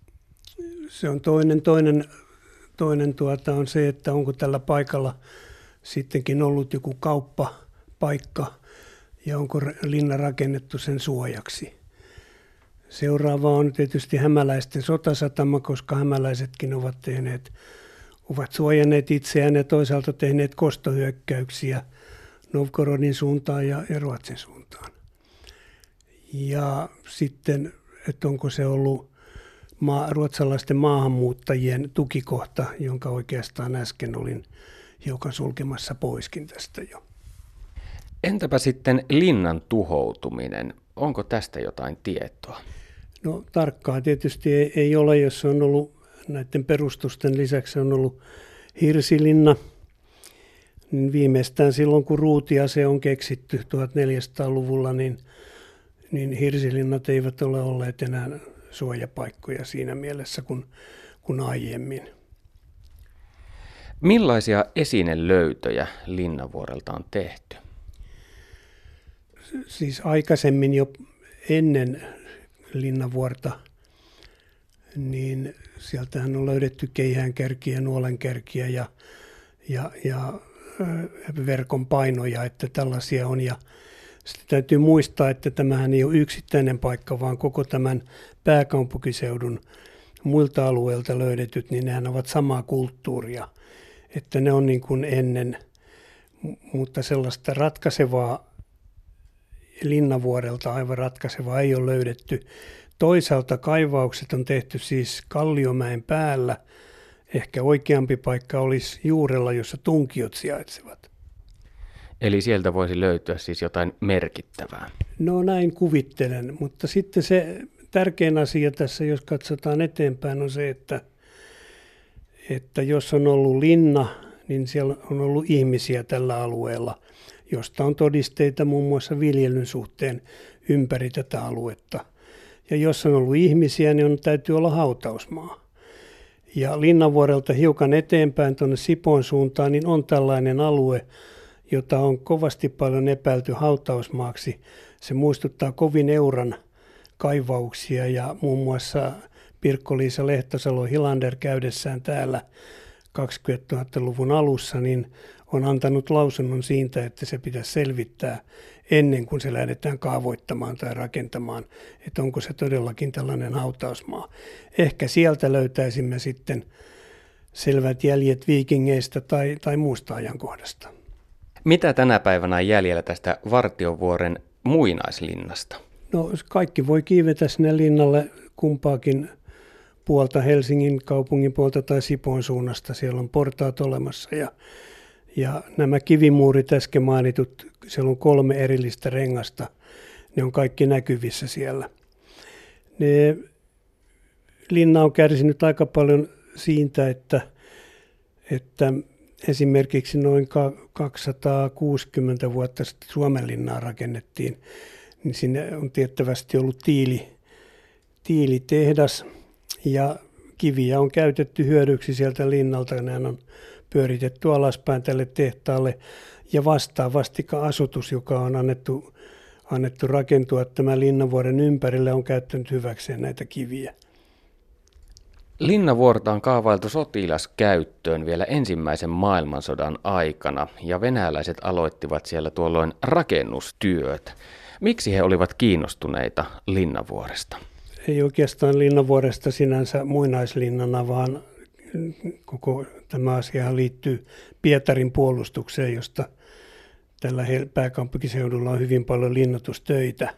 H: se on toinen, toinen, toinen tuota on se, että onko tällä paikalla sittenkin ollut joku kauppapaikka ja onko linna rakennettu sen suojaksi. Seuraava on tietysti hämäläisten sotasatama, koska hämäläisetkin ovat tehneet, ovat suojanneet itseään ja toisaalta tehneet kostohyökkäyksiä Novgorodin suuntaan ja, ja Ruotsin suuntaan. Ja sitten, että onko se ollut maa, ruotsalaisten maahanmuuttajien tukikohta, jonka oikeastaan äsken olin hiukan sulkemassa poiskin tästä jo.
A: Entäpä sitten linnan tuhoutuminen? Onko tästä jotain tietoa?
H: No tarkkaa tietysti ei, ei ole, jos on ollut näiden perustusten lisäksi on ollut hirsilinna. Niin viimeistään silloin, kun ruutiase on keksitty tuhatneljäsataaluvulla, niin, niin hirsilinnat eivät ole olleet enää suojapaikkoja siinä mielessä kuin, kuin aiemmin.
A: Millaisia esinelöytöjä Linnavuorelta on tehty?
H: Siis aikaisemmin jo ennen Linnavuorta, niin sieltähän on löydetty keihäänkärkiä, nuolenkärkiä ja, ja, ja verkon painoja, että tällaisia on. Ja Sitten täytyy muistaa, että tämähän ei ole yksittäinen paikka, vaan koko tämän pääkaupunkiseudun muilta alueilta löydetyt, niin nehän ovat samaa kulttuuria. Että ne on niin kuin ennen, mutta sellaista ratkaisevaa Linnavuorelta aivan ratkaisevaa ei ole löydetty. Toisaalta kaivaukset on tehty siis Kalliomäen päällä. Ehkä oikeampi paikka olisi Juurella, jossa tunkiot sijaitsevat.
A: Eli sieltä voisi löytyä siis jotain merkittävää.
H: No näin kuvittelen, mutta sitten se tärkein asia tässä, jos katsotaan eteenpäin, on se, että, että jos on ollut linna, niin siellä on ollut ihmisiä tällä alueella, josta on todisteita muun muassa viljelyn suhteen ympäri tätä aluetta. Ja jos on ollut ihmisiä, niin on, täytyy olla hautausmaa. Ja Linnavuorelta hiukan eteenpäin tuonne Sipoon suuntaan, niin on tällainen alue, jota on kovasti paljon epäilty hautausmaaksi. Se muistuttaa kovin euran kaivauksia ja muun muassa Pirkko-Liisa Lehtosalo-Hilander käydessään täällä kaksikymmentäluvun alussa, niin on antanut lausunnon siitä, että se pitäisi selvittää ennen kuin se lähdetään kaavoittamaan tai rakentamaan, että onko se todellakin tällainen hautausmaa. Ehkä sieltä löytäisimme sitten selvät jäljet viikingeistä tai, tai muusta ajankohdasta.
A: Mitä tänä päivänä on jäljellä tästä Vartiovuoren muinaislinnasta?
H: No kaikki voi kiivetä sinne linnalle kumpaakin puolta, Helsingin kaupungin puolta tai Sipoon suunnasta. Siellä on portaat olemassa ja, ja nämä kivimuurit äsken mainitut, siellä on kolme erillistä rengasta. Ne on kaikki näkyvissä siellä. Ne, linna on kärsinyt aika paljon siitä, että, että esimerkiksi noin kaksisataakuusikymmentä vuotta sitten Suomenlinnaa rakennettiin, niin sinne on tiettävästi ollut tiili, tiilitehdas ja kiviä on käytetty hyödyksi sieltä linnalta. Nämä on pyöritetty alaspäin tälle tehtaalle ja vastaavasti asutus, joka on annettu, annettu rakentua tämän Linnavuoren ympärille, on käyttänyt hyväkseen näitä kiviä.
A: Linnavuorta on kaavailtu sotilaskäyttöön vielä ensimmäisen maailmansodan aikana ja venäläiset aloittivat siellä tuolloin rakennustyöt. Miksi he olivat kiinnostuneita Linnavuoresta?
H: Ei oikeastaan Linnavuoresta sinänsä muinaislinnana, vaan koko tämä asia liittyy Pietarin puolustukseen, josta tällä pääkaupunkiseudulla on hyvin paljon linnoitustöitä.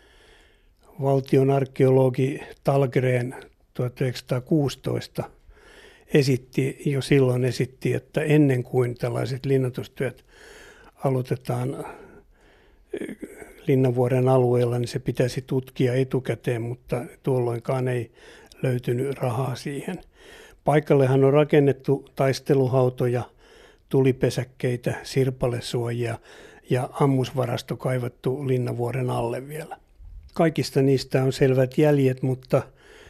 H: Valtion arkeologi Tallgren tuhatyhdeksänsataakuusitoista esitti, jo silloin esitti, että ennen kuin tällaiset linnoitustyöt aloitetaan Linnavuoren alueella, niin se pitäisi tutkia etukäteen, mutta tuolloinkaan ei löytynyt rahaa siihen. Paikallehan on rakennettu taisteluhautoja, tulipesäkkeitä, sirpalesuojia ja ammusvarasto kaivattu Linnavuoren alle vielä. Kaikista niistä on selvät jäljet, mutta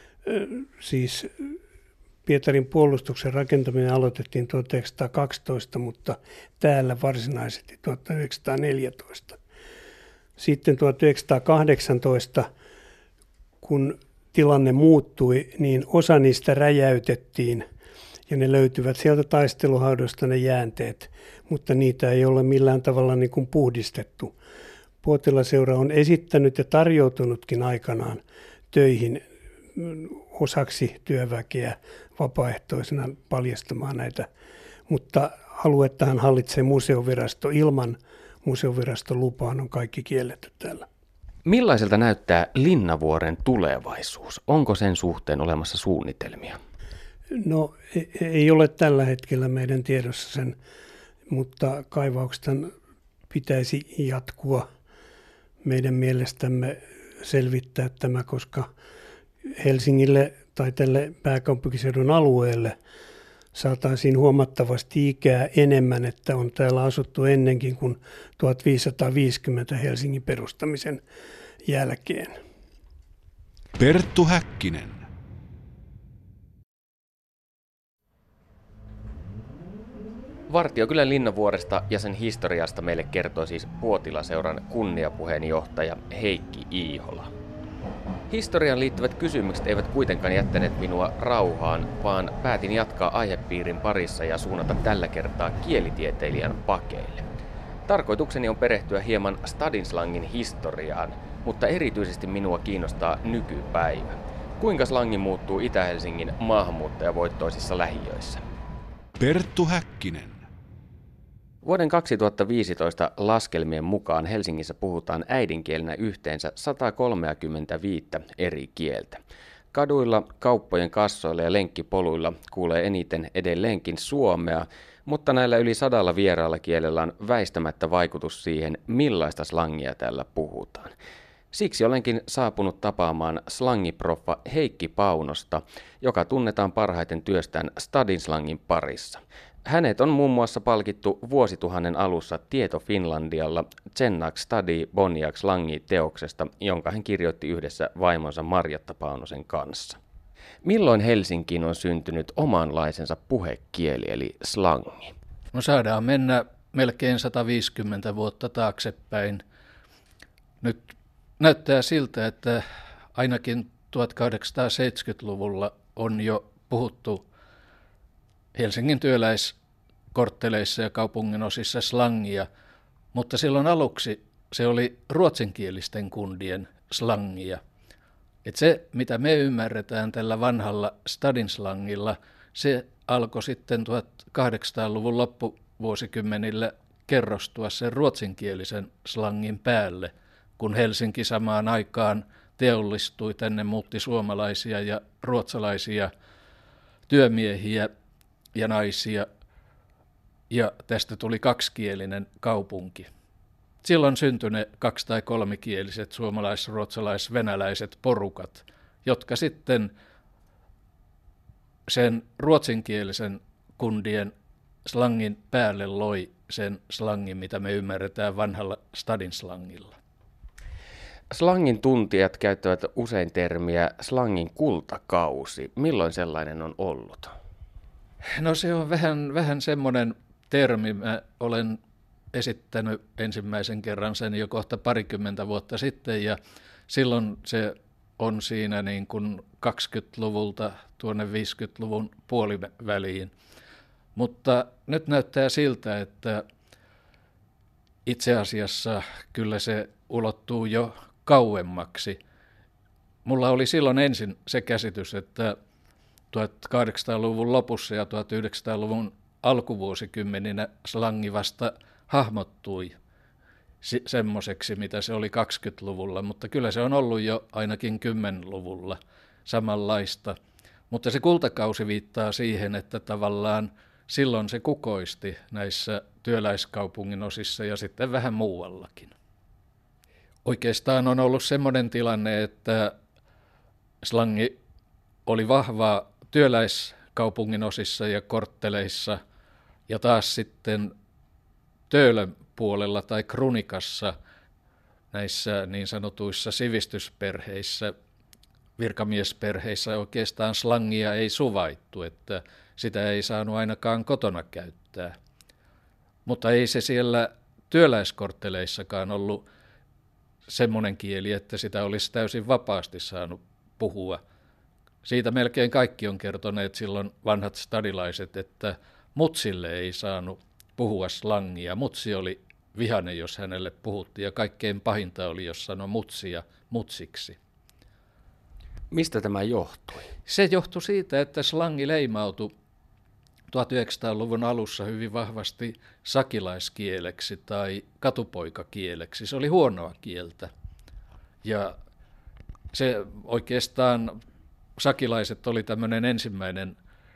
H: siis Pietarin puolustuksen rakentaminen aloitettiin tuhatyhdeksänsataakaksitoista, mutta täällä varsinaisesti tuhatyhdeksänsataaneljätoista. Sitten tuhatyhdeksänsataakahdeksantoista, kun tilanne muuttui, niin osa niistä räjäytettiin ja ne löytyvät sieltä taisteluhaudosta ne jäänteet, mutta niitä ei ole millään tavalla niin kuin puhdistettu. Puotilaseura on esittänyt ja tarjoutunutkin aikanaan töihin osaksi työväkeä vapaaehtoisena paljastamaan näitä, mutta aluettahan hallitsee museovirasto. Ilman museoviraston lupaan on kaikki kielletty täällä.
A: Millaiselta näyttää Linnavuoren tulevaisuus? Onko sen suhteen olemassa suunnitelmia?
H: No ei ole tällä hetkellä meidän tiedossa sen, mutta kaivauksesta pitäisi jatkua. Meidän mielestämme selvittää tämä, koska Helsingille tai tälle pääkaupunkiseudun alueelle saataisiin huomattavasti ikää enemmän, että on täällä asuttu ennenkin kuin tuhatviisisataaviisikymmentä Helsingin perustamisen jälkeen.
B: Perttu Häkkinen.
A: Vartiokylän Linnavuoresta ja sen historiasta meille kertoo siis Puotilaseuran kunniapuheenjohtaja Heikki Iihola. Historiaan liittyvät kysymykset eivät kuitenkaan jättäneet minua rauhaan, vaan päätin jatkaa aihepiirin parissa ja suunnata tällä kertaa kielitieteilijän pakeille. Tarkoitukseni on perehtyä hieman stadinslangin historiaan, mutta erityisesti minua kiinnostaa nykypäivä. Kuinka slangi muuttuu Itä-Helsingin maahanmuuttajavoittoisissa lähiöissä?
B: Perttu Häkkinen.
A: Vuoden kaksituhattaviisitoista laskelmien mukaan Helsingissä puhutaan äidinkielenä yhteensä sata kolmekymmentäviisi eri kieltä. Kaduilla, kauppojen kassoilla ja lenkkipoluilla kuulee eniten edelleenkin suomea, mutta näillä yli sadalla vieraalla kielellä on väistämättä vaikutus siihen, millaista slangia täällä puhutaan. Siksi olenkin saapunut tapaamaan slangiproffa Heikki Paunosta, joka tunnetaan parhaiten työstään stadinslangin parissa. Hänet on muun muassa palkittu vuosituhannen alussa Tieto Finlandialla Tsennak Stadi Boniak slangi-teoksesta, jonka hän kirjoitti yhdessä vaimonsa Marjatta Paunosen kanssa. Milloin Helsinkiin on syntynyt omanlaisensa puhekieli eli slangi?
I: No saadaan mennä melkein sata viisikymmentä vuotta taaksepäin. Nyt näyttää siltä, että ainakin tuhatkahdeksansataaseitsemänkymmentäluvulla on jo puhuttu Helsingin työläiskortteleissa ja kaupungin osissa slangia, mutta silloin aluksi se oli ruotsinkielisten kundien slangia. Et se, mitä me ymmärretään tällä vanhalla stadinslangilla, se alkoi sitten tuhatkahdeksansataaluvun loppuvuosikymmenillä kerrostua sen ruotsinkielisen slangin päälle, kun Helsinki samaan aikaan teollistui, tänne muutti suomalaisia ja ruotsalaisia työmiehiä ja naisia, ja tästä tuli kaksikielinen kaupunki. Silloin syntyi ne kaksi- tai kolmikieliset suomalais-, ruotsalais-, venäläiset porukat, jotka sitten sen ruotsinkielisen kundien slangin päälle loi sen slangin, mitä me ymmärretään vanhalla stadinslangilla.
A: Slangin tuntijat käyttävät usein termiä slangin kultakausi. Milloin sellainen on ollut?
I: No se on vähän, vähän semmoinen termi. Mä olen esittänyt ensimmäisen kerran sen jo kohta parikymmentä vuotta sitten, ja silloin se on siinä niin kuin kaksikymmentäluvulta tuonne viisikymmentäluvun puoliväliin. Mutta nyt näyttää siltä, että itse asiassa kyllä se ulottuu jo kauemmaksi. Mulla oli silloin ensin se käsitys, että tuhatkahdeksansataaluvun lopussa ja tuhatyhdeksänsataaluvun alkuvuosikymmeninä slangi vasta hahmottui semmoiseksi, mitä se oli kaksikymmentäluvulla, mutta kyllä se on ollut jo ainakin kymmenluvulla samanlaista. Mutta se kultakausi viittaa siihen, että tavallaan silloin se kukoisti näissä työläiskaupungin osissa ja sitten vähän muuallakin. Oikeastaan on ollut semmoinen tilanne, että slangi oli vahvaa työläiskaupungin osissa ja kortteleissa, ja taas sitten Töölön puolella tai Krunikassa näissä niin sanotuissa sivistysperheissä, virkamiesperheissä oikeastaan slangia ei suvaittu, että sitä ei saanut ainakaan kotona käyttää. Mutta ei se siellä työläiskortteleissakaan ollut semmoinen kieli, että sitä olisi täysin vapaasti saanut puhua. Siitä melkein kaikki on kertoneet silloin vanhat stadilaiset, että mutsille ei saanut puhua slangia. Mutsi oli vihainen, jos hänelle puhuttiin, ja kaikkein pahinta oli, jos sanoi mutsia mutsiksi.
A: Mistä tämä johtui?
I: Se johtui siitä, että slangi leimautui tuhatyhdeksänsataaluvun alussa hyvin vahvasti sakilaiskieleksi tai katupoikakieleksi. Se oli huonoa kieltä. Ja se oikeastaan, sakilaiset oli tämmöinen ensimmäinen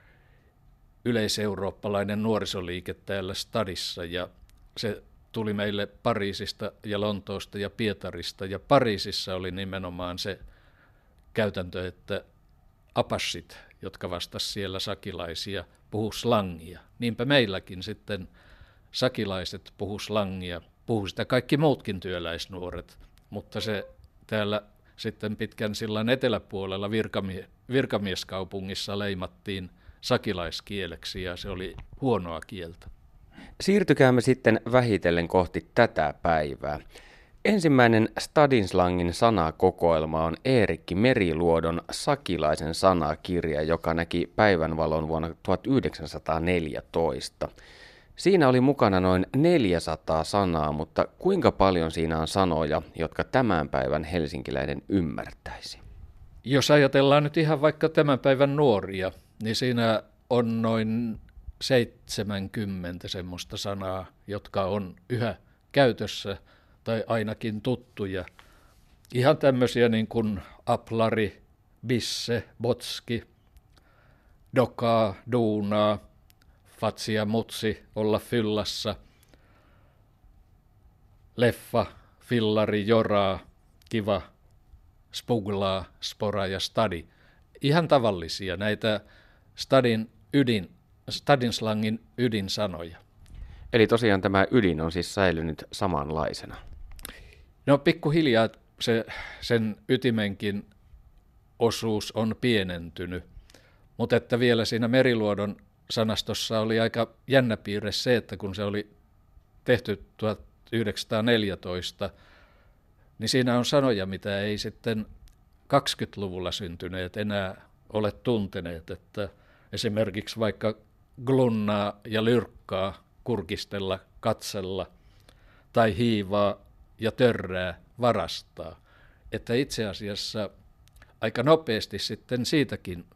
I: yleiseurooppalainen nuorisoliike täällä stadissa, ja se tuli meille Pariisista ja Lontoosta ja Pietarista, ja Pariisissa oli nimenomaan se käytäntö, että apassit, jotka vastasivat siellä sakilaisia, puhu slangia. Niinpä meilläkin sitten sakilaiset puhu slangia, puhu sitä kaikki muutkin työläisnuoret, mutta se täällä sitten pitkän sillan eteläpuolella virkamie- virkamieskaupungissa leimattiin sakilaiskieleksi, ja se oli huonoa kieltä.
A: Siirtykäämme sitten vähitellen kohti tätä päivää. Ensimmäinen stadinslangin sanakokoelma on Eerikki Meriluodon Sakilaisen sanakirja, joka näki päivänvalon vuonna tuhatyhdeksänsataaneljätoista. Siinä oli mukana noin neljäsataa sanaa, mutta kuinka paljon siinä on sanoja, jotka tämän päivän helsinkiläinen ymmärtäisi?
I: Jos ajatellaan nyt ihan vaikka tämän päivän nuoria, niin siinä on noin seitsemänkymmentä semmoista sanaa, jotka on yhä käytössä tai ainakin tuttuja. Ihan tämmöisiä niin kuin aplari, bisse, botski, dokaa, duunaa, fatsi ja mutsi, olla fyllassa, leffa, fillari, joraa, kiva, spuglaa, spora ja stadi. Ihan tavallisia näitä stadin, ydin, stadin slangin ydinsanoja.
A: Eli tosiaan tämä ydin on siis säilynyt samanlaisena.
I: No pikkuhiljaa se, sen ytimenkin osuus on pienentynyt, mutta että vielä siinä Meriluodon sanastossa oli aika jännä piirre se, että kun se oli tehty tuhatyhdeksänsataaneljätoista, niin siinä on sanoja, mitä ei sitten kaksikymmentäluvulla syntyneet enää ole tunteneet, että esimerkiksi vaikka glunnaa ja lyrkkaa, kurkistella, katsella tai hiivaa ja törrää, varastaa, että itse asiassa aika nopeasti sitten siitäkin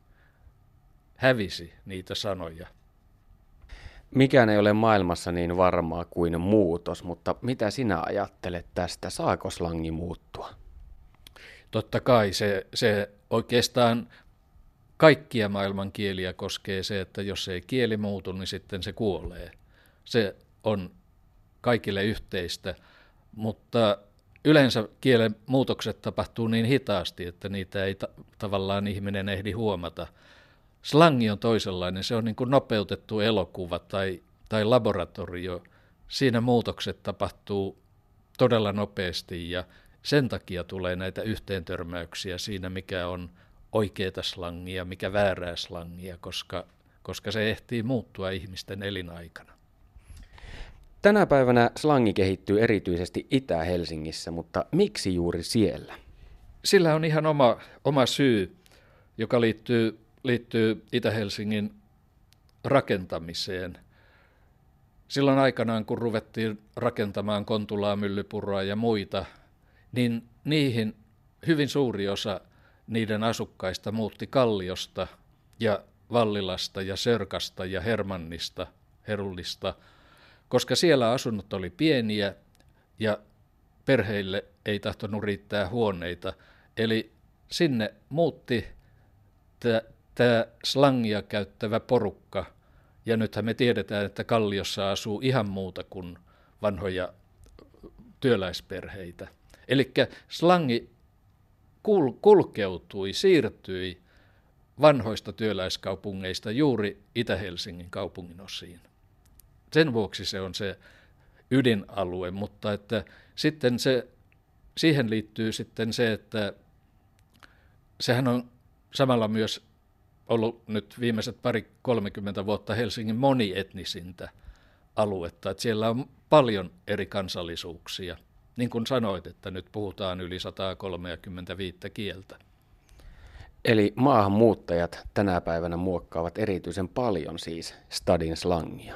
I: hävisi niitä sanoja.
A: Mikään ei ole maailmassa niin varmaa kuin muutos, mutta mitä sinä ajattelet tästä? Saako slangi muuttua?
I: Totta kai se, se oikeastaan kaikkia maailman kieliä koskee se, että jos ei kieli muutu, niin sitten se kuolee. Se on kaikille yhteistä, mutta yleensä kielen muutokset tapahtuu niin hitaasti, että niitä ei ta- tavallaan ihminen ehdi huomata. Slangi on toisenlainen, se on niin kuin nopeutettu elokuva tai, tai laboratorio. Siinä muutokset tapahtuu todella nopeasti ja sen takia tulee näitä yhteentörmäyksiä siinä, mikä on oikeaa slangia, mikä väärää slangia, koska, koska se ehtii muuttua ihmisten elinaikana.
A: Tänä päivänä slangi kehittyy erityisesti Itä-Helsingissä, mutta miksi juuri siellä?
I: Sillä on ihan oma, oma syy, joka liittyy, liittyy Itä-Helsingin rakentamiseen. Silloin aikanaan, kun ruvettiin rakentamaan Kontulaa, Myllypuroa ja muita, niin niihin hyvin suuri osa niiden asukkaista muutti Kalliosta ja Vallilasta ja Sörkasta ja Hermannista, Herullista, koska siellä asunnot oli pieniä ja perheille ei tahtonut riittää huoneita. Eli sinne muutti tämä slangia käyttävä porukka. Ja nythän me tiedetään, että Kalliossa asuu ihan muuta kuin vanhoja työläisperheitä. Eli slangi kul- kulkeutui, siirtyi vanhoista työläiskaupungeista juuri Itä-Helsingin kaupungin osiin. Sen vuoksi se on se ydinalue, mutta että sitten se, siihen liittyy sitten se, että sehän on samalla myös ollut nyt viimeiset pari kolmekymmentä vuotta Helsingin monietnisintä aluetta, että siellä on paljon eri kansallisuuksia. Niin kuin sanoit, että nyt puhutaan yli sata kolmekymmentäviisi kieltä.
A: Eli maahanmuuttajat tänä päivänä muokkaavat erityisen paljon siis stadin slangia.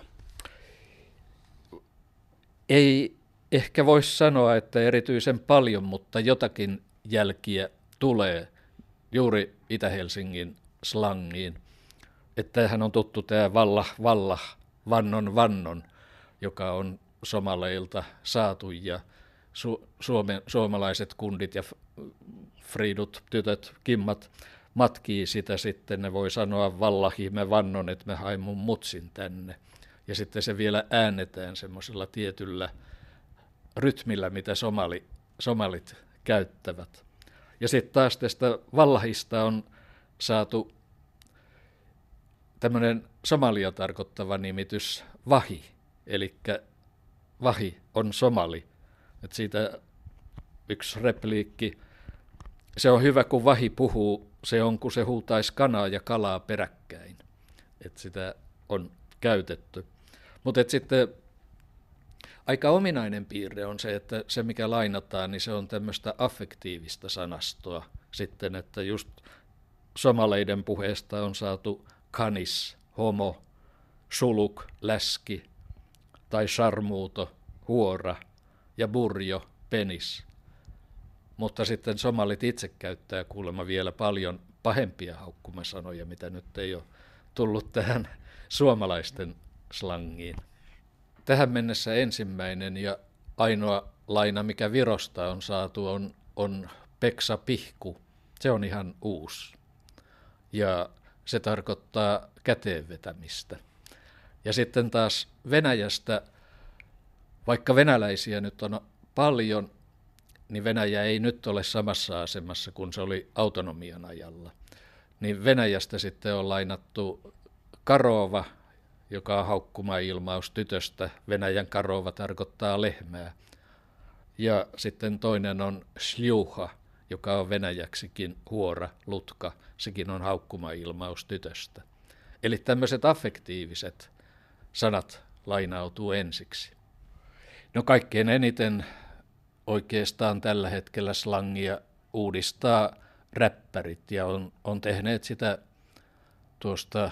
I: Ei ehkä voisi sanoa, että erityisen paljon, mutta jotakin jälkiä tulee juuri Itä-Helsingin slangiin. Että tämähän on tuttu tämä valla, valla, vannon, vannon, joka on somaleilta saatu ja su, Suomen, suomalaiset kundit ja friidut, tytöt, kimmat matkii sitä sitten. Ne voi sanoa vallahi, me vannon, että me hain mun mutsin tänne. Ja sitten se vielä äännetään semmoisella tietyllä rytmillä, mitä somali, somalit käyttävät. Ja sitten taas tästä vallahista on saatu tämmöinen somalia tarkoittava nimitys vahi, eli vahi on somali. Et siitä yksi repliikki, se on hyvä kun vahi puhuu, se on kun se huutaisi kanaa ja kalaa peräkkäin. Et sitä on käytetty. Mutta sitten aika ominainen piirre on se, että se mikä lainataan, niin se on tämmöistä affektiivista sanastoa sitten, että just somaleiden puheesta on saatu kanis, homo, suluk, läski tai sarmuuto, huora ja burjo, penis. Mutta sitten somalit itse käyttää kuulemma vielä paljon pahempia haukkumasanoja, mitä nyt ei ole tullut tähän suomalaisten slangiin. Tähän mennessä ensimmäinen ja ainoa laina, mikä Virosta on saatu, on, on peksa pihku. Se on ihan uusi. Ja se tarkoittaa käteen vetämistä. Ja sitten taas Venäjästä, vaikka venäläisiä nyt on paljon, niin Venäjä ei nyt ole samassa asemassa kuin se oli autonomian ajalla. Niin Venäjästä sitten on lainattu Karova, joka on haukkuma-ilmaus tytöstä. Venäjän Karova tarkoittaa lehmää. Ja sitten toinen on Sljuha, joka on venäjäksikin huora, lutka. Sekin on haukkuma-ilmaus tytöstä. Eli tämmöiset affektiiviset sanat lainautuu ensiksi. No kaikkein eniten oikeastaan tällä hetkellä slangia uudistaa räppärit ja on, on tehneet sitä tuosta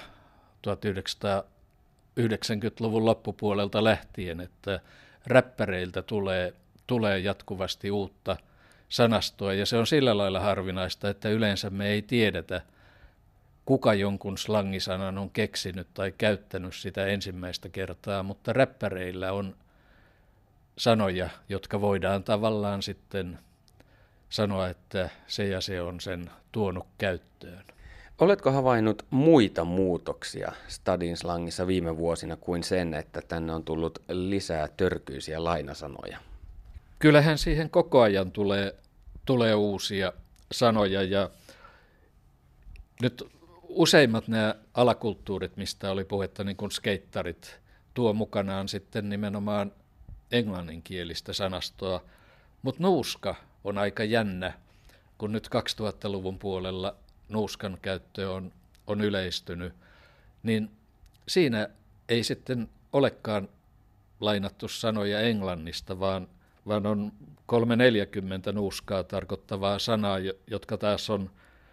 I: tuhatyhdeksänsataayhdeksänkymmentäluvun loppupuolelta lähtien, että räppäreiltä tulee, tulee jatkuvasti uutta sanastoa ja se on sillä lailla harvinaista, että yleensä me ei tiedetä, kuka jonkun slangisanan on keksinyt tai käyttänyt sitä ensimmäistä kertaa, mutta räppäreillä on sanoja, jotka voidaan tavallaan sitten sanoa, että se ja se on sen tuonut käyttöön.
A: Oletko havainnut muita muutoksia stadin slangissa viime vuosina kuin sen, että tänne on tullut lisää törkyisiä lainasanoja?
I: Kyllähän siihen koko ajan tulee, tulee uusia sanoja ja nyt useimmat nämä alakulttuurit, mistä oli puhetta, niin kuin skeittarit, tuo mukanaan sitten nimenomaan englanninkielistä sanastoa, mutta nuuska on aika jännä, kun nyt kaksituhattaluvun puolella nuuskan käyttö on, on yleistynyt, niin siinä ei sitten olekaan lainattu sanoja englannista, vaan, vaan on kolme neljäkymmentä nuuskaa tarkoittavaa sanaa, jotka taas on,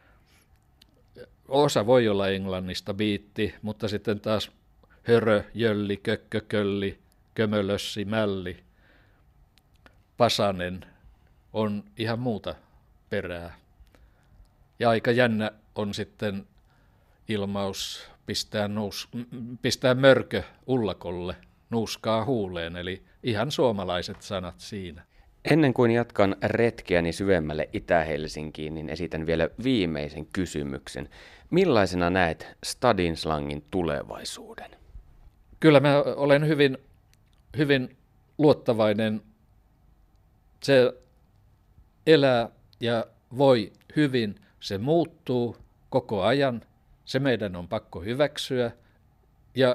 I: osa voi olla englannista biitti, mutta sitten taas hörö, jölli, kökkö, kölli, kömölössi, mälli, pasanen on ihan muuta perää. Ja aika jännä on sitten ilmaus pistää, nuus, pistää mörkö ullakolle, nuuskaa huuleen, eli ihan suomalaiset sanat siinä.
A: Ennen kuin jatkan retkeäni syvemmälle Itä-Helsinkiin, niin esitän vielä viimeisen kysymyksen. Millaisena näet stadin slangin tulevaisuuden?
I: Kyllä mä olen hyvin, hyvin luottavainen. Se elää ja voi hyvin. Se muuttuu koko ajan. Se meidän on pakko hyväksyä. Ja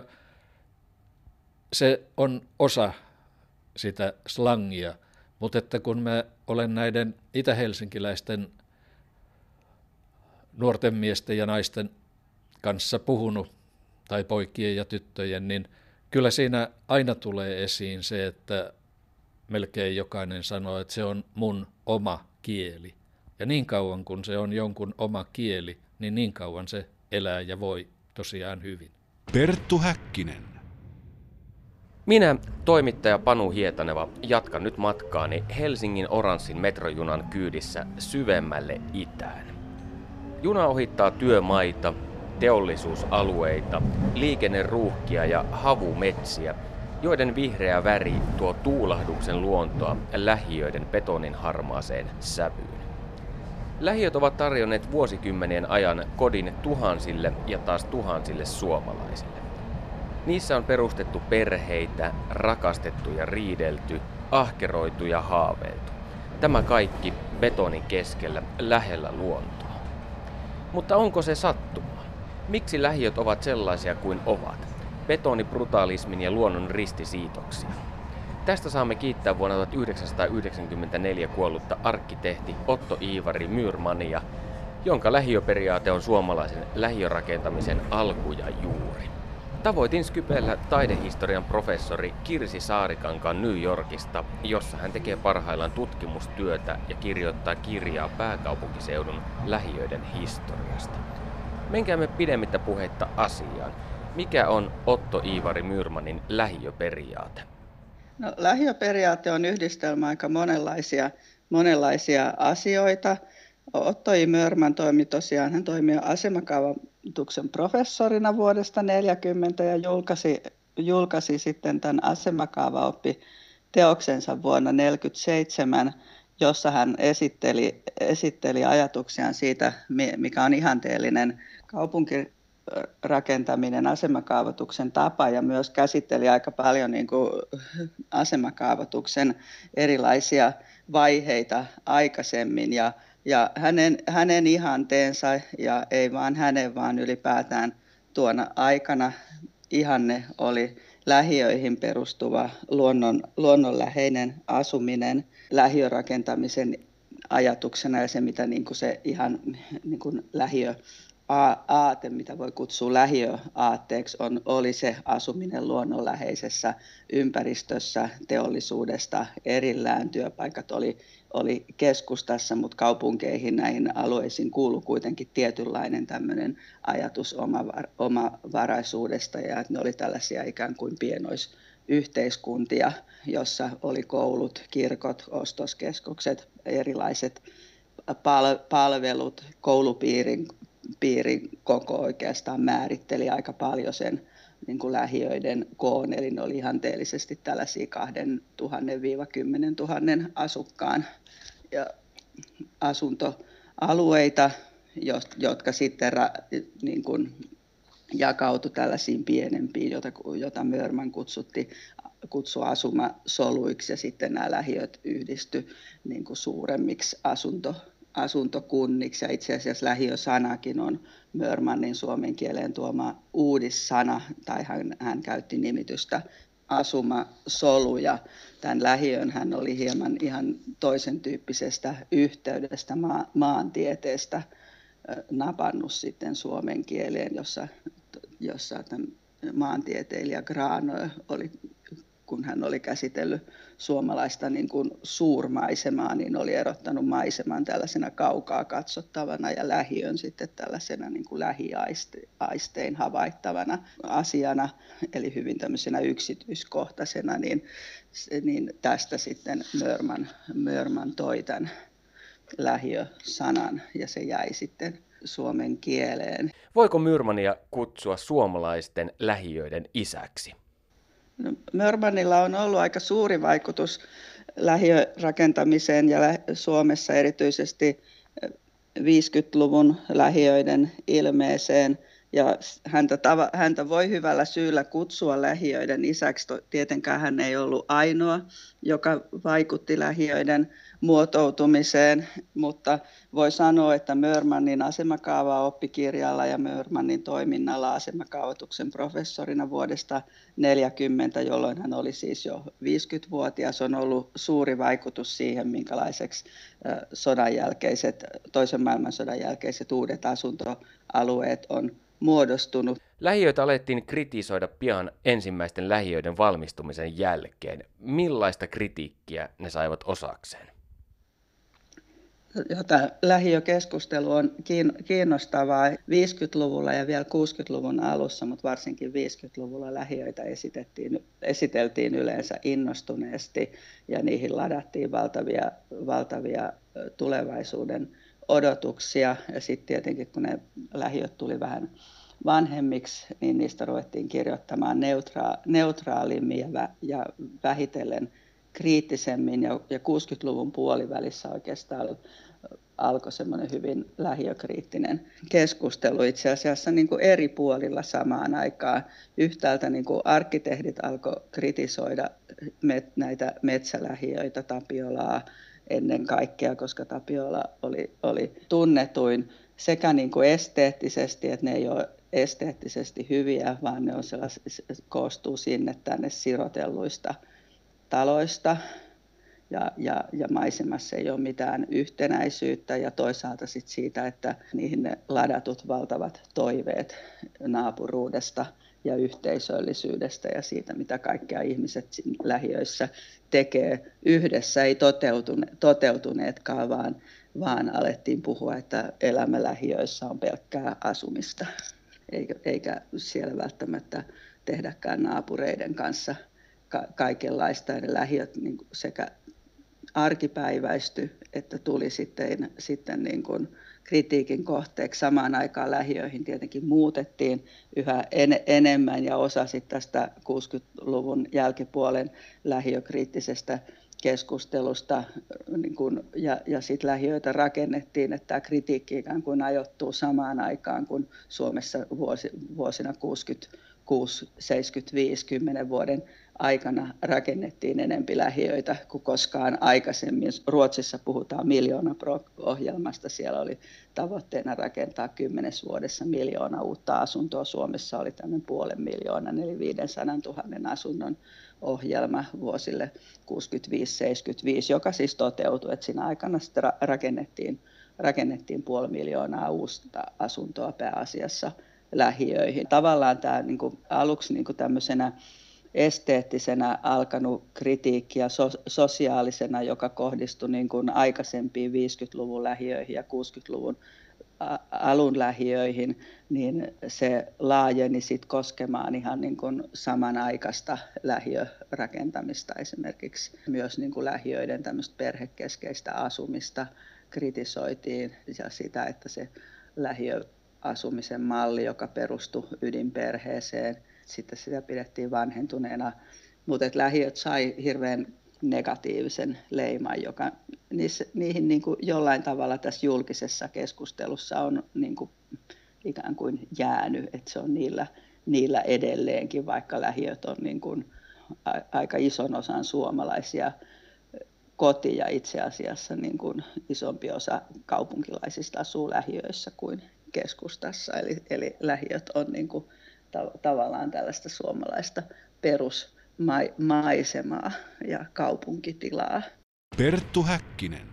I: se on osa sitä slangia. Mutta että kun mä olen näiden itähelsinkiläisten nuorten miesten ja naisten kanssa puhunut, tai poikien ja tyttöjen, niin kyllä siinä aina tulee esiin se, että melkein jokainen sanoo, että se on mun oma kieli. Ja niin kauan kun se on jonkun oma kieli, niin niin kauan se elää ja voi tosiaan hyvin.
B: Perttu Häkkinen.
A: Minä, toimittaja Panu Hietaneva, jatkan nyt matkaani Helsingin oranssin metrojunan kyydissä syvemmälle itään. Juna ohittaa työmaita, teollisuusalueita, liikenneruuhkia ja havumetsiä, joiden vihreä väri tuo tuulahduksen luontoa lähiöiden betonin harmaaseen sävyyn. Lähiöt ovat tarjonneet vuosikymmenien ajan kodin tuhansille ja taas tuhansille suomalaisille. Niissä on perustettu perheitä, rakastettu ja riidelty, ahkeroitu ja haaveiltu. Tämä kaikki betonin keskellä, lähellä luontoa. Mutta onko se sattuma? Miksi lähiöt ovat sellaisia kuin ovat? Betonibrutaalismin ja luonnon ristisiitoksia. Tästä saamme kiittää vuonna tuhatyhdeksänsataayhdeksänkymmentäneljä kuollutta arkkitehti Otto Iivari Myyrmania, jonka lähiöperiaate on suomalaisen lähiörakentamisen alku ja juuri. Tavoitin Skypellä taidehistorian professori Kirsi Saarikankaan New Yorkista, jossa hän tekee parhaillaan tutkimustyötä ja kirjoittaa kirjaa pääkaupunkiseudun lähiöiden historiasta. Menkäämme pidemmittä puhetta asiaan. Mikä on Otto Iivari Myyrmanin lähiöperiaate?
J: No, lähiöperiaate on yhdistelmä aika monenlaisia, monenlaisia asioita. Otto I. Mörman toimi tosiaan, hän toimi asemakaavoituksen professorina vuodesta neljäkymmentä ja julkaisi, julkaisi sitten tämän asemakaavaoppi teoksensa vuonna tuhatyhdeksänsataaneljäkymmentäseitsemän, jossa hän esitteli, esitteli ajatuksiaan siitä, mikä on ihanteellinen kaupunkirakentaminen, asemakaavoituksen tapa, ja myös käsitteli aika paljon niin kuin asemakaavoituksen erilaisia vaiheita aikaisemmin. Ja, ja hänen, hänen ihanteensa, ja ei vaan hänen, vaan ylipäätään tuona aikana ihanne oli lähiöihin perustuva luonnon, luonnonläheinen asuminen lähiörakentamisen ajatuksena, ja se, mitä niin kuin se ihan niin kuin lähiöaate, mitä voi kutsua lähiöaatteeksi, on, oli se asuminen luonnonläheisessä ympäristössä, teollisuudesta erillään. Työpaikat oli, oli keskustassa, mutta kaupunkeihin, näihin alueisiin kuului kuitenkin tietynlainen tämmöinen ajatus omavar- omavaraisuudesta, ja että ne oli tällaisia ikään kuin pienoisyhteiskuntia, jossa oli koulut, kirkot, ostoskeskukset, erilaiset pal- palvelut, koulupiirin piirin koko oikeastaan määritteli aika paljon sen niin kuin lähiöiden koon, eli ne oli ihanteellisesti tällaisia kaksituhatta kymmenen tuhatta asukkaan ja asuntoalueita, jotka sitten niin kuin jakautui tällaisiin pienempiin, jota, jota Mörman kutsutti kutsui asumasoluiksi, ja sitten nämä lähiöt yhdistyi niin kuin suuremmiksi asunto, asuntokunniksi, ja itse asiassa lähiösanakin on Mörmanin suomen kieleen tuoma uudissana, tai hän, hän käytti nimitystä asumasolu, ja tämän lähiön hän oli hieman ihan toisen tyyppisestä yhteydestä maa, maantieteestä napannut sitten suomen kieleen, jossa, jossa tämän maantieteilijä Grano oli, kun hän oli käsitellyt suomalaista niin kuin suurmaisemaa, niin oli erottanut maiseman tällaisena kaukaa katsottavana ja lähiön sitten tällaisena niin kuin lähiaistein havaittavana asiana, eli hyvin tämmöisenä yksityiskohtaisena, niin, niin tästä sitten Mörman, Mörman toi tämän lähiösanan, ja se jäi sitten suomen kieleen.
A: Voiko Mörmania kutsua suomalaisten lähiöiden isäksi?
J: No, Mörmanilla on ollut aika suuri vaikutus lähiörakentamiseen ja Suomessa erityisesti viisikymmentäluvun lähiöiden ilmeeseen. Ja häntä, tava, häntä voi hyvällä syyllä kutsua lähiöiden isäksi. Tietenkään hän ei ollut ainoa, joka vaikutti lähiöiden muotoutumiseen, mutta voi sanoa, että Mörmanin asemakaavaoppikirjalla ja Mörmanin toiminnalla asemakaavoituksen professorina vuodesta neljäkymmentä, jolloin hän oli siis jo viisikymmentävuotias, on ollut suuri vaikutus siihen, minkälaiseksi sodan jälkeiset, toisen maailmansodan jälkeiset uudet asuntoalueet on muodostunut.
A: Lähiöitä alettiin kritisoida pian ensimmäisten lähiöiden valmistumisen jälkeen. Millaista kritiikkiä ne saivat osakseen?
J: Jota lähiökeskustelu on kiinnostavaa viisikymmentäluvulla ja vielä kuusikymmentäluvun alussa, mutta varsinkin viisikymmentäluvulla lähiöitä esitettiin, esiteltiin yleensä innostuneesti, ja niihin ladattiin valtavia, valtavia tulevaisuuden odotuksia. Ja sitten tietenkin, kun ne lähiöt tuli vähän vanhemmiksi, niin niistä ruvettiin kirjoittamaan neutra- neutraalimmin ja, vä- ja vähitellen kriittisemmin, ja, ja kuusikymmentäluvun puolivälissä oikeastaan alkoi semmoinen hyvin lähiökriittinen keskustelu itse asiassa niin kuin eri puolilla samaan aikaan. Yhtäältä niin kuin arkkitehdit alkoi kritisoida met, näitä metsälähiöitä, Tapiolaa ennen kaikkea, koska Tapiola oli, oli tunnetuin sekä niin kuin esteettisesti, että ne ei ole esteettisesti hyviä, vaan ne on koostuu sinne tänne sirotelluista taloista, ja, ja, ja maisemassa ei ole mitään yhtenäisyyttä, ja toisaalta sit siitä, että niihin ne ladatut valtavat toiveet naapuruudesta ja yhteisöllisyydestä ja siitä, mitä kaikkea ihmiset lähiöissä tekee yhdessä, ei toteutune, toteutuneetkaan, vaan, vaan alettiin puhua, että elämä lähiöissä on pelkkää asumista, eikä, eikä siellä välttämättä tehdäkään naapureiden kanssa ka- kaikenlaista. Ja ne lähiöt niin kuin sekä arkipäiväisty, että tuli sitten, sitten niin kuin kritiikin kohteeksi. Samaan aikaan lähiöihin tietenkin muutettiin yhä en, enemmän ja osa sitten tästä kuusikymmentäluvun jälkipuolen lähiökriittisestä keskustelusta niin kun, ja, ja sitten lähiöitä rakennettiin, että tämä kritiikki ikään kuin ajoittuu samaan aikaan, kun Suomessa vuosi, vuosina kuusikymmentäkuusi seitsemänkymmentäviisi kymmenen vuoden aikana rakennettiin enempi lähiöitä kuin koskaan aikaisemmin. Ruotsissa puhutaan miljoona-ohjelmasta. Siellä oli tavoitteena rakentaa kymmenessä vuodessa miljoona uutta asuntoa. Suomessa oli tämmöinen puolen miljoonan eli viisisataa tuhatta asunnon ohjelma vuosille kuusikymmentäviisi seitsemänkymmentäviisi, joka siis toteutui, että siinä aikana sitten rakennettiin, rakennettiin puoli miljoonaa uutta asuntoa pääasiassa lähiöihin. Tavallaan tämä niin kuin aluksi niin kuin tämmöisenä esteettisenä alkanut kritiikki ja so- sosiaalisena, joka kohdistui niin kuin aikaisempiin viisikymmentäluvun lähiöihin ja kuusikymmentäluvun alun lähiöihin, niin se laajeni sitten koskemaan ihan niin kuin samanaikaista lähiörakentamista, esimerkiksi myös niin kuin lähiöiden tämmöistä perhekeskeistä asumista kritisoitiin ja sitä, että se lähiöasumisen malli, joka perustui ydinperheeseen, sitten sitä pidettiin vanhentuneena, mutta lähiöt sai hirveän negatiivisen leiman, joka niissä, niihin niin kuin jollain tavalla tässä julkisessa keskustelussa on niin kuin ikään kuin jäänyt, että se on niillä, niillä edelleenkin, vaikka lähiöt on niin kuin aika ison osan suomalaisia koti ja itse asiassa niin kuin isompi osa kaupunkilaisista asuu lähiöissä kuin keskustassa, eli, eli lähiöt on niin kuin tavallaan tällaista suomalaista perusmaisemaa ja kaupunkitilaa.
B: Perttu Häkkinen.